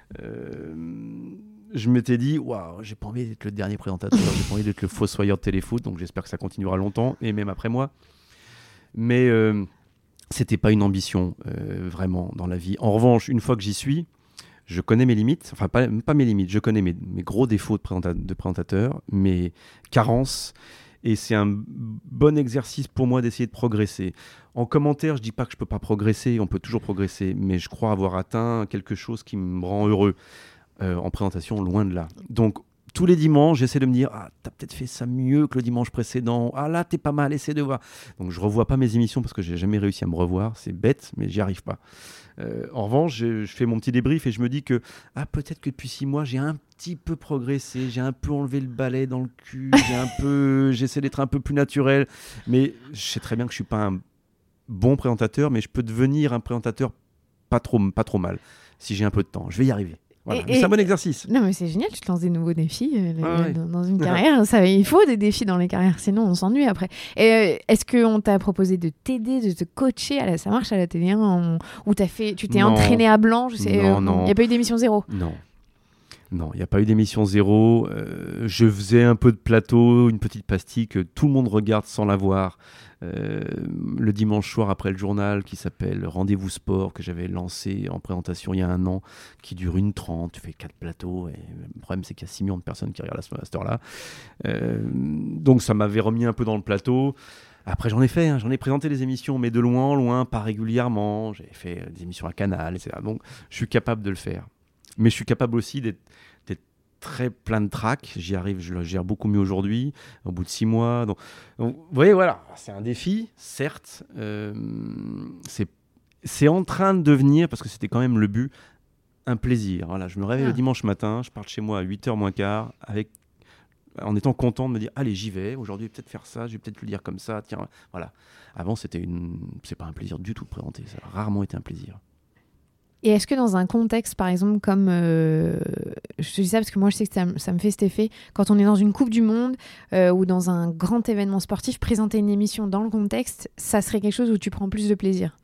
Je m'étais dit, waouh, j'ai pas envie d'être le dernier présentateur, j'ai pas envie d'être le fossoyeur de Téléfoot, donc j'espère que ça continuera longtemps, et même après moi. Mais c'était pas une ambition, vraiment, dans la vie. En revanche, une fois que j'y suis, je connais mes limites, enfin pas mes limites, je connais mes gros défauts de présentateur, mes carences, et c'est un bon exercice pour moi d'essayer de progresser. En commentaire, je dis pas que je peux pas progresser, on peut toujours progresser, mais je crois avoir atteint quelque chose qui me rend heureux. En présentation, loin de là. Donc tous les dimanches, j'essaie de me dire t'as peut-être fait ça mieux que le dimanche précédent. Là, t'es pas mal, essaie de voir. Donc, je revois pas mes émissions parce que j'ai jamais réussi à me revoir. C'est bête, mais j'y arrive pas. En revanche, je fais mon petit débrief et je me dis que peut-être que depuis 6 mois, j'ai un petit peu progressé, j'ai un peu enlevé le balai dans le cul, j'essaie d'être un peu plus naturel. Mais je sais très bien que je suis pas un bon présentateur, mais je peux devenir un présentateur pas trop mal si j'ai un peu de temps. Je vais y arriver. Voilà. C'est un bon exercice. Non, mais c'est génial, tu te lances des nouveaux défis dans une carrière. Il faut des défis dans les carrières, sinon on s'ennuie après. Et, est-ce qu'on t'a proposé de t'aider, de te coacher ça marche à la télé, hein, où tu t'es entraîné à blanc, je sais. Non. Il n'y a pas eu d'émission zéro. Non, il n'y a pas eu d'émission zéro. Je faisais un peu de plateau, une petite pastille que tout le monde regarde sans la voir. Le dimanche soir après le journal qui s'appelle Rendez-vous Sport, que j'avais lancé en présentation il y a 1 an, qui dure 1h30, tu fais 4 plateaux, et le problème c'est qu'il y a 6 millions de personnes qui regardent à cette heure-là. Donc ça m'avait remis un peu dans le plateau. Après j'en ai présenté des émissions, mais de loin en loin, pas régulièrement. J'ai fait des émissions à Canal, etc. Donc je suis capable de le faire. Mais je suis capable aussi d'être très plein de trac. J'y arrive, je le gère beaucoup mieux aujourd'hui, au bout de 6 mois. Donc, vous voyez, voilà, c'est un défi, certes. C'est en train de devenir, parce que c'était quand même le but, un plaisir. Voilà, je me réveille le dimanche matin, je pars de chez moi à 8h moins quart, en étant content de me dire, allez, j'y vais, aujourd'hui, je vais peut-être faire ça, je vais peut-être le dire comme ça, tiens, voilà. Avant, c'est pas un plaisir du tout de présenter, ça a rarement été un plaisir. Et est-ce que dans un contexte, par exemple, comme... je te dis ça parce que moi, je sais que ça me fait cet effet. Quand on est dans une Coupe du Monde ou dans un grand événement sportif, présenter une émission dans le contexte, ça serait quelque chose où tu prends plus de plaisir.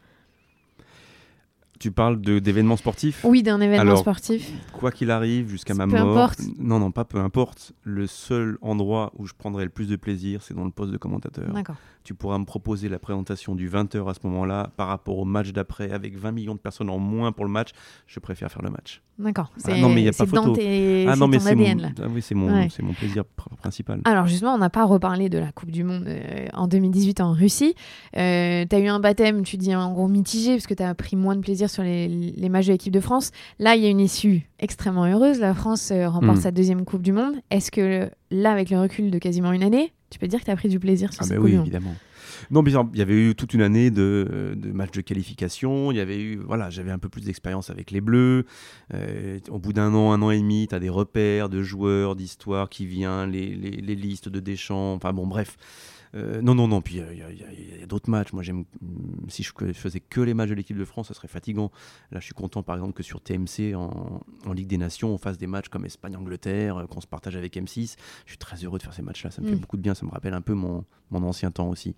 Tu parles d'événements sportifs ? Oui, d'un événement sportif. Quoi qu'il arrive, jusqu'à ma mort... Peu importe. Non, pas peu importe. Le seul endroit où je prendrai le plus de plaisir, c'est dans le poste de commentateur. D'accord. Tu pourras me proposer la présentation du 20h à ce moment-là, par rapport au match d'après, avec 20 millions de personnes en moins pour le match, je préfère faire le match. D'accord. Non, mais il n'y a pas photo. C'est ton ADN, là. Oui, c'est mon plaisir principal. Alors justement, on n'a pas reparlé de la Coupe du Monde en 2018 en Russie. Tu as eu un baptême, tu dis en gros mitigé, parce que tu as pris moins de plaisir sur les matchs de l'équipe de France. Là, il y a une issue extrêmement heureuse. La France remporte sa 2e Coupe du Monde. Est-ce que là, avec le recul de quasiment une année, tu peux dire que tu as pris du plaisir sur cette Coupe du Monde ? Évidemment. Non, mais il y avait eu toute une année de matchs de qualification. Il y avait eu, j'avais un peu plus d'expérience avec les Bleus. Au bout d'un an et demi, tu as des repères de joueurs, d'histoires qui viennent, les listes de Deschamps. Enfin bon, bref. Non. Puis il y a d'autres matchs. Moi, si je faisais que les matchs de l'équipe de France, ça serait fatigant. Là, je suis content, par exemple, que sur TMC, en Ligue des Nations, on fasse des matchs comme Espagne-Angleterre, qu'on se partage avec M6. Je suis très heureux de faire ces matchs-là. Ça me fait beaucoup de bien. Ça me rappelle un peu mon ancien temps aussi.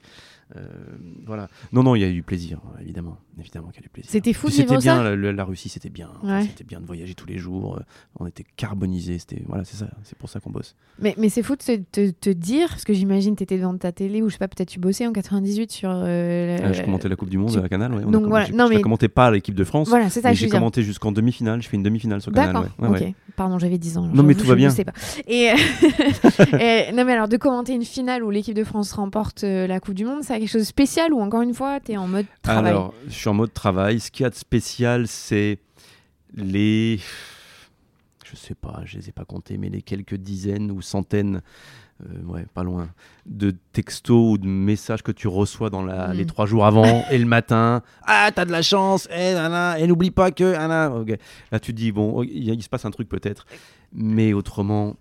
Voilà. Non, il y a eu du plaisir, évidemment qu'il y a du plaisir. C'était fou de vivre ça. C'était bien, la Russie, c'était bien. Ouais. C'était bien de voyager tous les jours. On était carbonisés. C'est ça. C'est pour ça qu'on bosse. Mais c'est fou de te dire, parce que j'imagine tu étais devant ta télé, ou je sais pas, peut-être tu bossais en 98 sur... je commentais la Coupe du Monde à Canal. Ouais. Donc, voilà. Je ne commentais pas l'équipe de France. Voilà, c'est ça. Mais j'ai commenté jusqu'en demi-finale. Je fais une demi-finale sur Canal. D'accord. Ok. Pardon, j'avais 10 ans. Non, mais tout va bien. Je sais pas. Et non, mais alors de commenter une finale où l'équipe de France remporte la Coupe du Monde, ça a quelque chose de spécial ou encore une fois, tu es en mode travail? Alors, je suis en mode travail. Ce qu'il y a de spécial, c'est je sais pas, je les ai pas comptés, mais les quelques dizaines ou centaines, pas loin, de textos ou de messages que tu reçois dans les 3 jours avant et le matin. Ah, t'as de la chance, et n'oublie pas que... Okay. Là, tu te dis, bon, il se passe un truc peut-être, mais autrement,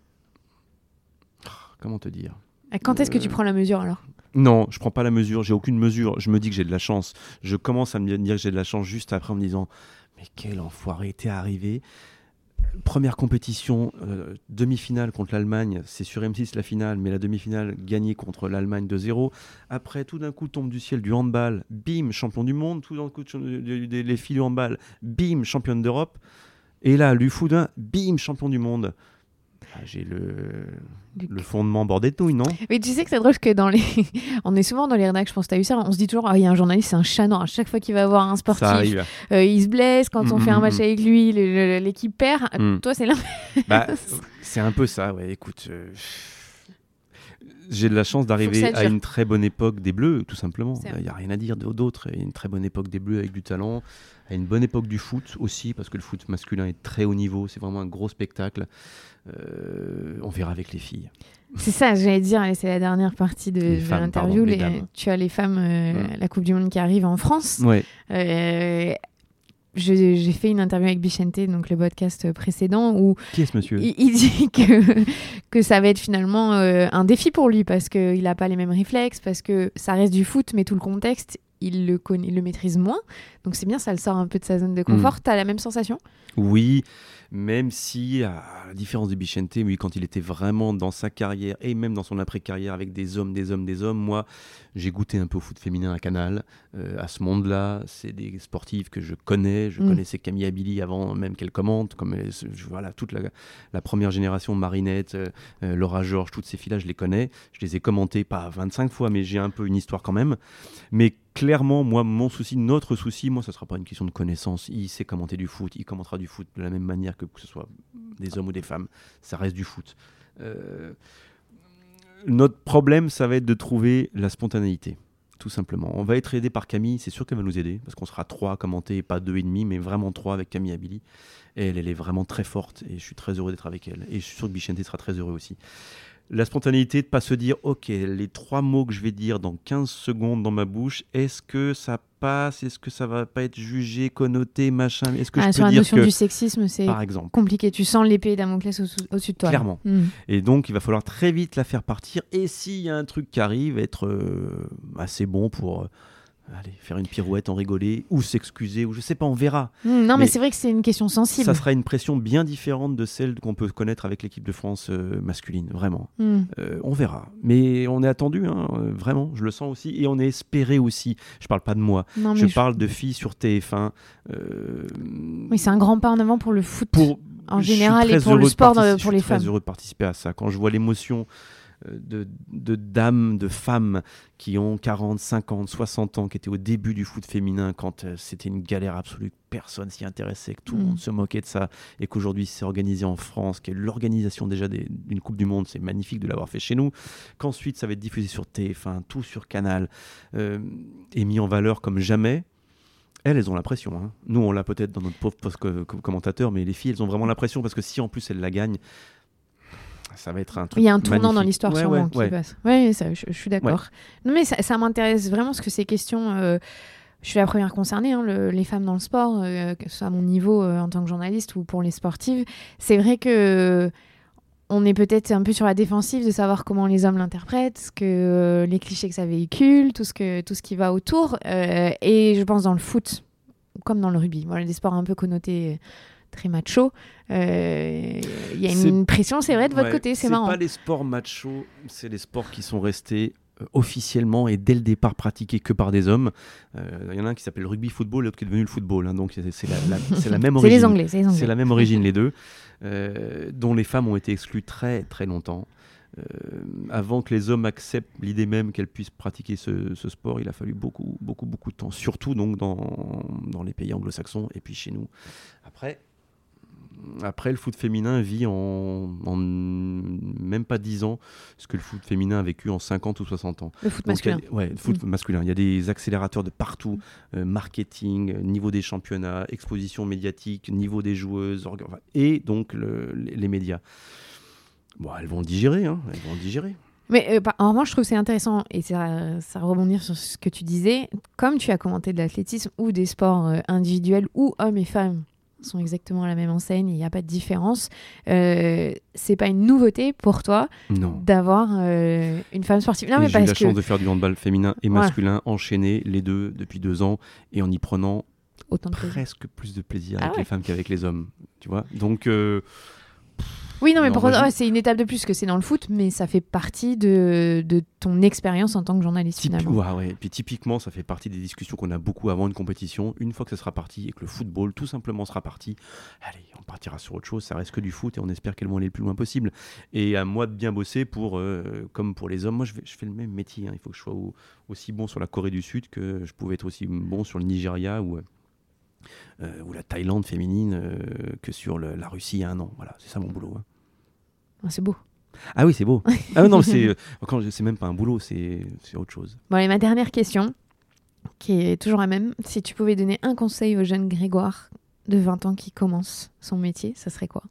comment te dire? Quand est-ce que tu prends la mesure alors? Non, je prends pas la mesure, j'ai aucune mesure. Je me dis que j'ai de la chance. Je commence à me dire que j'ai de la chance juste après en me disant mais quel enfoiré, t'es arrivé. Première compétition, demi-finale contre l'Allemagne, c'est sur M6 la finale, mais la demi-finale gagnée contre l'Allemagne 2-0. Après, tout d'un coup, tombe du ciel du handball, bim, champion du monde. Tout d'un coup, les filles du handball, bim, championne d'Europe. Et là, l'UFOUDin, bim, champion du monde. J'ai le fondement bordé de nouilles, non? Mais tu sais que c'est drôle que on est souvent dans les rédactions, je pense que tu as eu ça, on se dit toujours, il y a un journaliste, c'est un chat noir. À chaque fois qu'il va voir un sportif, il se blesse. Quand on fait un match avec lui, l'équipe perd. Toi, c'est l'inverse. C'est un peu ça, ouais. Écoute, J'ai de la chance d'arriver ça à dure. une très bonne époque des Bleus, tout simplement. C'est Il vrai. n'y a rien à dire d'autre. Il y a une très bonne époque des Bleus avec du talent. À une bonne époque du foot aussi, parce que le foot masculin est très haut niveau. C'est vraiment un gros spectacle. On verra avec les filles. C'est ça, j'allais dire, et c'est la dernière partie de femmes, l'interview. pardon, les dames. Tu as les femmes, la Coupe du Monde qui arrive en France. Ouais. J'ai fait une interview avec Bichente, donc le podcast précédent, où Qui est ce monsieur? il dit que ça va être finalement un défi pour lui, parce qu'il n'a pas les mêmes réflexes, parce que ça reste du foot, mais tout le contexte, il le connaît, il le maîtrise moins. Donc c'est bien, ça le sort un peu de sa zone de confort. T'as la même sensation? Oui, même si, à la différence de Bichente, oui, quand il était vraiment dans sa carrière et même dans son après-carrière avec des hommes, moi, j'ai goûté un peu au foot féminin à Canal. À ce monde-là, c'est des sportives que je connais. Je connaissais Camille Abili avant même qu'elle commente. Voilà, toute la première génération, Marinette, Laura Georges, toutes ces filles-là, je les connais. Je les ai commentées, pas 25 fois, mais j'ai un peu une histoire quand même. Mais clairement, moi, notre souci, moi, ça ne sera pas une question de connaissance. Il sait commenter du foot, il commentera du foot de la même manière que ce soit des hommes ou des femmes. Ça reste du foot. Notre problème, ça va être de trouver la spontanéité, tout simplement. On va être aidé par Camille, c'est sûr qu'elle va nous aider, parce qu'on sera 3 à commenter, pas 2,5, mais vraiment 3 avec Camille Abili. Et elle est vraiment très forte, et je suis très heureux d'être avec elle. Et je suis sûr que Bichente sera très heureux aussi. La spontanéité de ne pas se dire, ok, les 3 mots que je vais dire dans 15 secondes dans ma bouche, est-ce que ça passe? Est-ce que ça va pas être jugé, connoté, machin? Est-ce que je Sur peux la dire notion que, du sexisme, c'est par exemple, compliqué. Tu sens l'épée Damoclès au-dessus de toi. clairement. Et donc, il va falloir très vite la faire partir. Et s'il y a un truc qui arrive, être assez bon pour faire une pirouette, en rigoler, ou s'excuser, ou je sais pas, on verra. Non, mais c'est vrai que c'est une question sensible. Ça sera une pression bien différente de celle qu'on peut connaître avec l'équipe de France masculine, vraiment. On verra. Mais on est attendu, vraiment, je le sens aussi. Et on est espéré aussi. Je parle pas de moi. Je parle de filles sur TF1. Oui, c'est un grand pas en avant pour le foot en Je général suis et pour le sport pour les femmes. Je suis très heureux de participer à ça. Quand je vois l'émotion de dames, de femmes qui ont 40, 50, 60 ans, qui étaient au début du foot féminin, quand c'était une galère absolue, que personne s'y intéressait, que tout le monde se moquait de ça, et qu'aujourd'hui c'est organisé en France, qu'il y a l'organisation déjà d'une Coupe du Monde, c'est magnifique de l'avoir fait chez nous, qu'ensuite ça va être diffusé sur TF1, tout sur Canal, et mis en valeur comme jamais. Elles ont la pression. Nous, on l'a peut-être dans notre pauvre poste commentateur, mais les filles, elles ont vraiment la pression, parce que si en plus elles la gagnent, ça va être un truc. Il y a un tournant magnifique dans l'histoire sûrement qui passe. Oui, je suis d'accord. Ouais. Non, mais ça m'intéresse vraiment, parce que ces questions, je suis la première concernée, les femmes dans le sport, que ce soit à mon niveau en tant que journaliste ou pour les sportives. C'est vrai que on est peut-être un peu sur la défensive de savoir comment les hommes l'interprètent, les clichés que ça véhicule, tout ce qui va autour. Et je pense dans le foot, comme dans le rugby, voilà, des sports un peu connotés très macho. Il y a une pression, c'est vrai, de votre côté, c'est marrant. C'est pas les sports macho, c'est les sports qui sont restés officiellement et dès le départ pratiqués que par des hommes. Il y en a un qui s'appelle le rugby football et l'autre qui est devenu le football. Donc c'est la même origine. C'est les Anglais. C'est la même origine, les deux, dont les femmes ont été exclues très très longtemps. Avant que les hommes acceptent l'idée même qu'elles puissent pratiquer ce sport, il a fallu beaucoup de temps, surtout donc dans les pays anglo-saxons et puis chez nous. Après, le foot féminin vit en même pas 10 ans ce que le foot féminin a vécu en 50 ou 60 ans. Le foot masculin. Le foot masculin. Il y a des accélérateurs de partout, marketing, niveau des championnats, exposition médiatique, niveau des joueuses, et donc les médias. Bon, elles vont digérer. Mais en revanche, je trouve que c'est intéressant, et ça rebondir sur ce que tu disais. Comme tu as commenté de l'athlétisme ou des sports individuels où hommes et femmes sont exactement à la même enseigne, il n'y a pas de différence. C'est pas une nouveauté pour toi d'avoir une femme sportive. Non, mais j'ai eu la chance de faire du handball féminin et masculin, enchaîner les deux depuis 2 ans, et en y prenant presque plus de plaisir avec les femmes qu'avec les hommes. Tu vois, donc... Oui, non, mais c'est une étape de plus que c'est dans le foot, mais ça fait partie de ton expérience en tant que journaliste, finalement. Et puis typiquement, ça fait partie des discussions qu'on a beaucoup avant une compétition. Une fois que ça sera parti et que le football, tout simplement, sera parti, allez, on partira sur autre chose, ça reste que du foot et on espère qu'elles vont aller le plus loin possible. Et à moi de bien bosser comme pour les hommes. Moi, je fais le même métier. Il faut que je sois aussi bon sur la Corée du Sud que je pouvais être aussi bon sur le Nigeria ou la Thaïlande féminine que sur la Russie il y a un an. Voilà, c'est ça mon boulot. C'est beau. Ah oui, c'est beau. Ah non, c'est même pas un boulot, c'est autre chose. Bon, et ma dernière question, qui est toujours la même. Si tu pouvais donner un conseil au jeune Grégoire de 20 ans qui commence son métier, ça serait quoi ?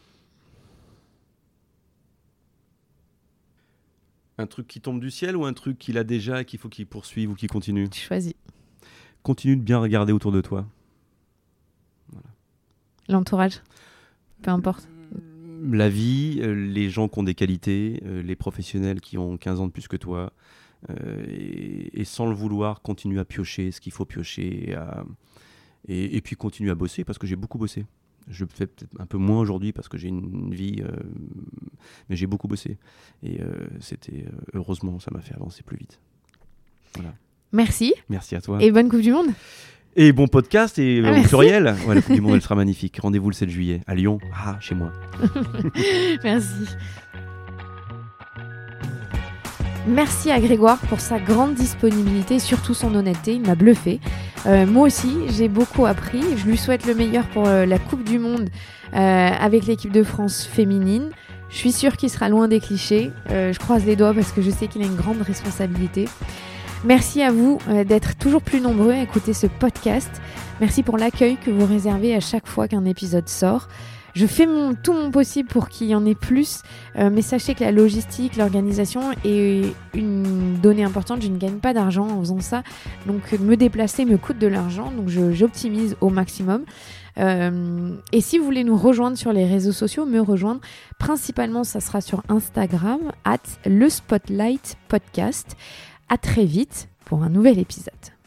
Un truc qui tombe du ciel ou un truc qu'il a déjà et qu'il faut qu'il poursuive ou qu'il continue ? Tu choisis. Continue de bien regarder autour de toi. Voilà. L'entourage, peu importe. La vie, les gens qui ont des qualités, les professionnels qui ont 15 ans de plus que toi, et sans le vouloir, continue à piocher ce qu'il faut piocher, et puis continue à bosser, parce que j'ai beaucoup bossé. Je le fais peut-être un peu moins aujourd'hui parce que j'ai une vie, mais j'ai beaucoup bossé. Et heureusement, ça m'a fait avancer plus vite. Voilà. Merci. Merci à toi. Et bonne Coupe du Monde. Et bon podcast et au merci. pluriel. Ouais, la Coupe du Monde, elle sera magnifique. Rendez-vous le 7 juillet à Lyon, chez moi. Merci. Merci à Grégoire pour sa grande disponibilité et surtout son honnêteté. Il m'a bluffé. Moi aussi, j'ai beaucoup appris. Je lui souhaite le meilleur pour la Coupe du Monde avec l'équipe de France féminine. Je suis sûre qu'il sera loin des clichés. Je croise les doigts parce que je sais qu'il a une grande responsabilité. Merci à vous d'être toujours plus nombreux à écouter ce podcast. Merci pour l'accueil que vous réservez à chaque fois qu'un épisode sort. Je fais tout mon possible pour qu'il y en ait plus, mais sachez que la logistique, l'organisation est une donnée importante. Je ne gagne pas d'argent en faisant ça, donc me déplacer me coûte de l'argent, donc j'optimise au maximum. Et si vous voulez nous rejoindre sur les réseaux sociaux, me rejoindre, principalement ça sera sur Instagram, @lespotlightpodcast. À très vite pour un nouvel épisode.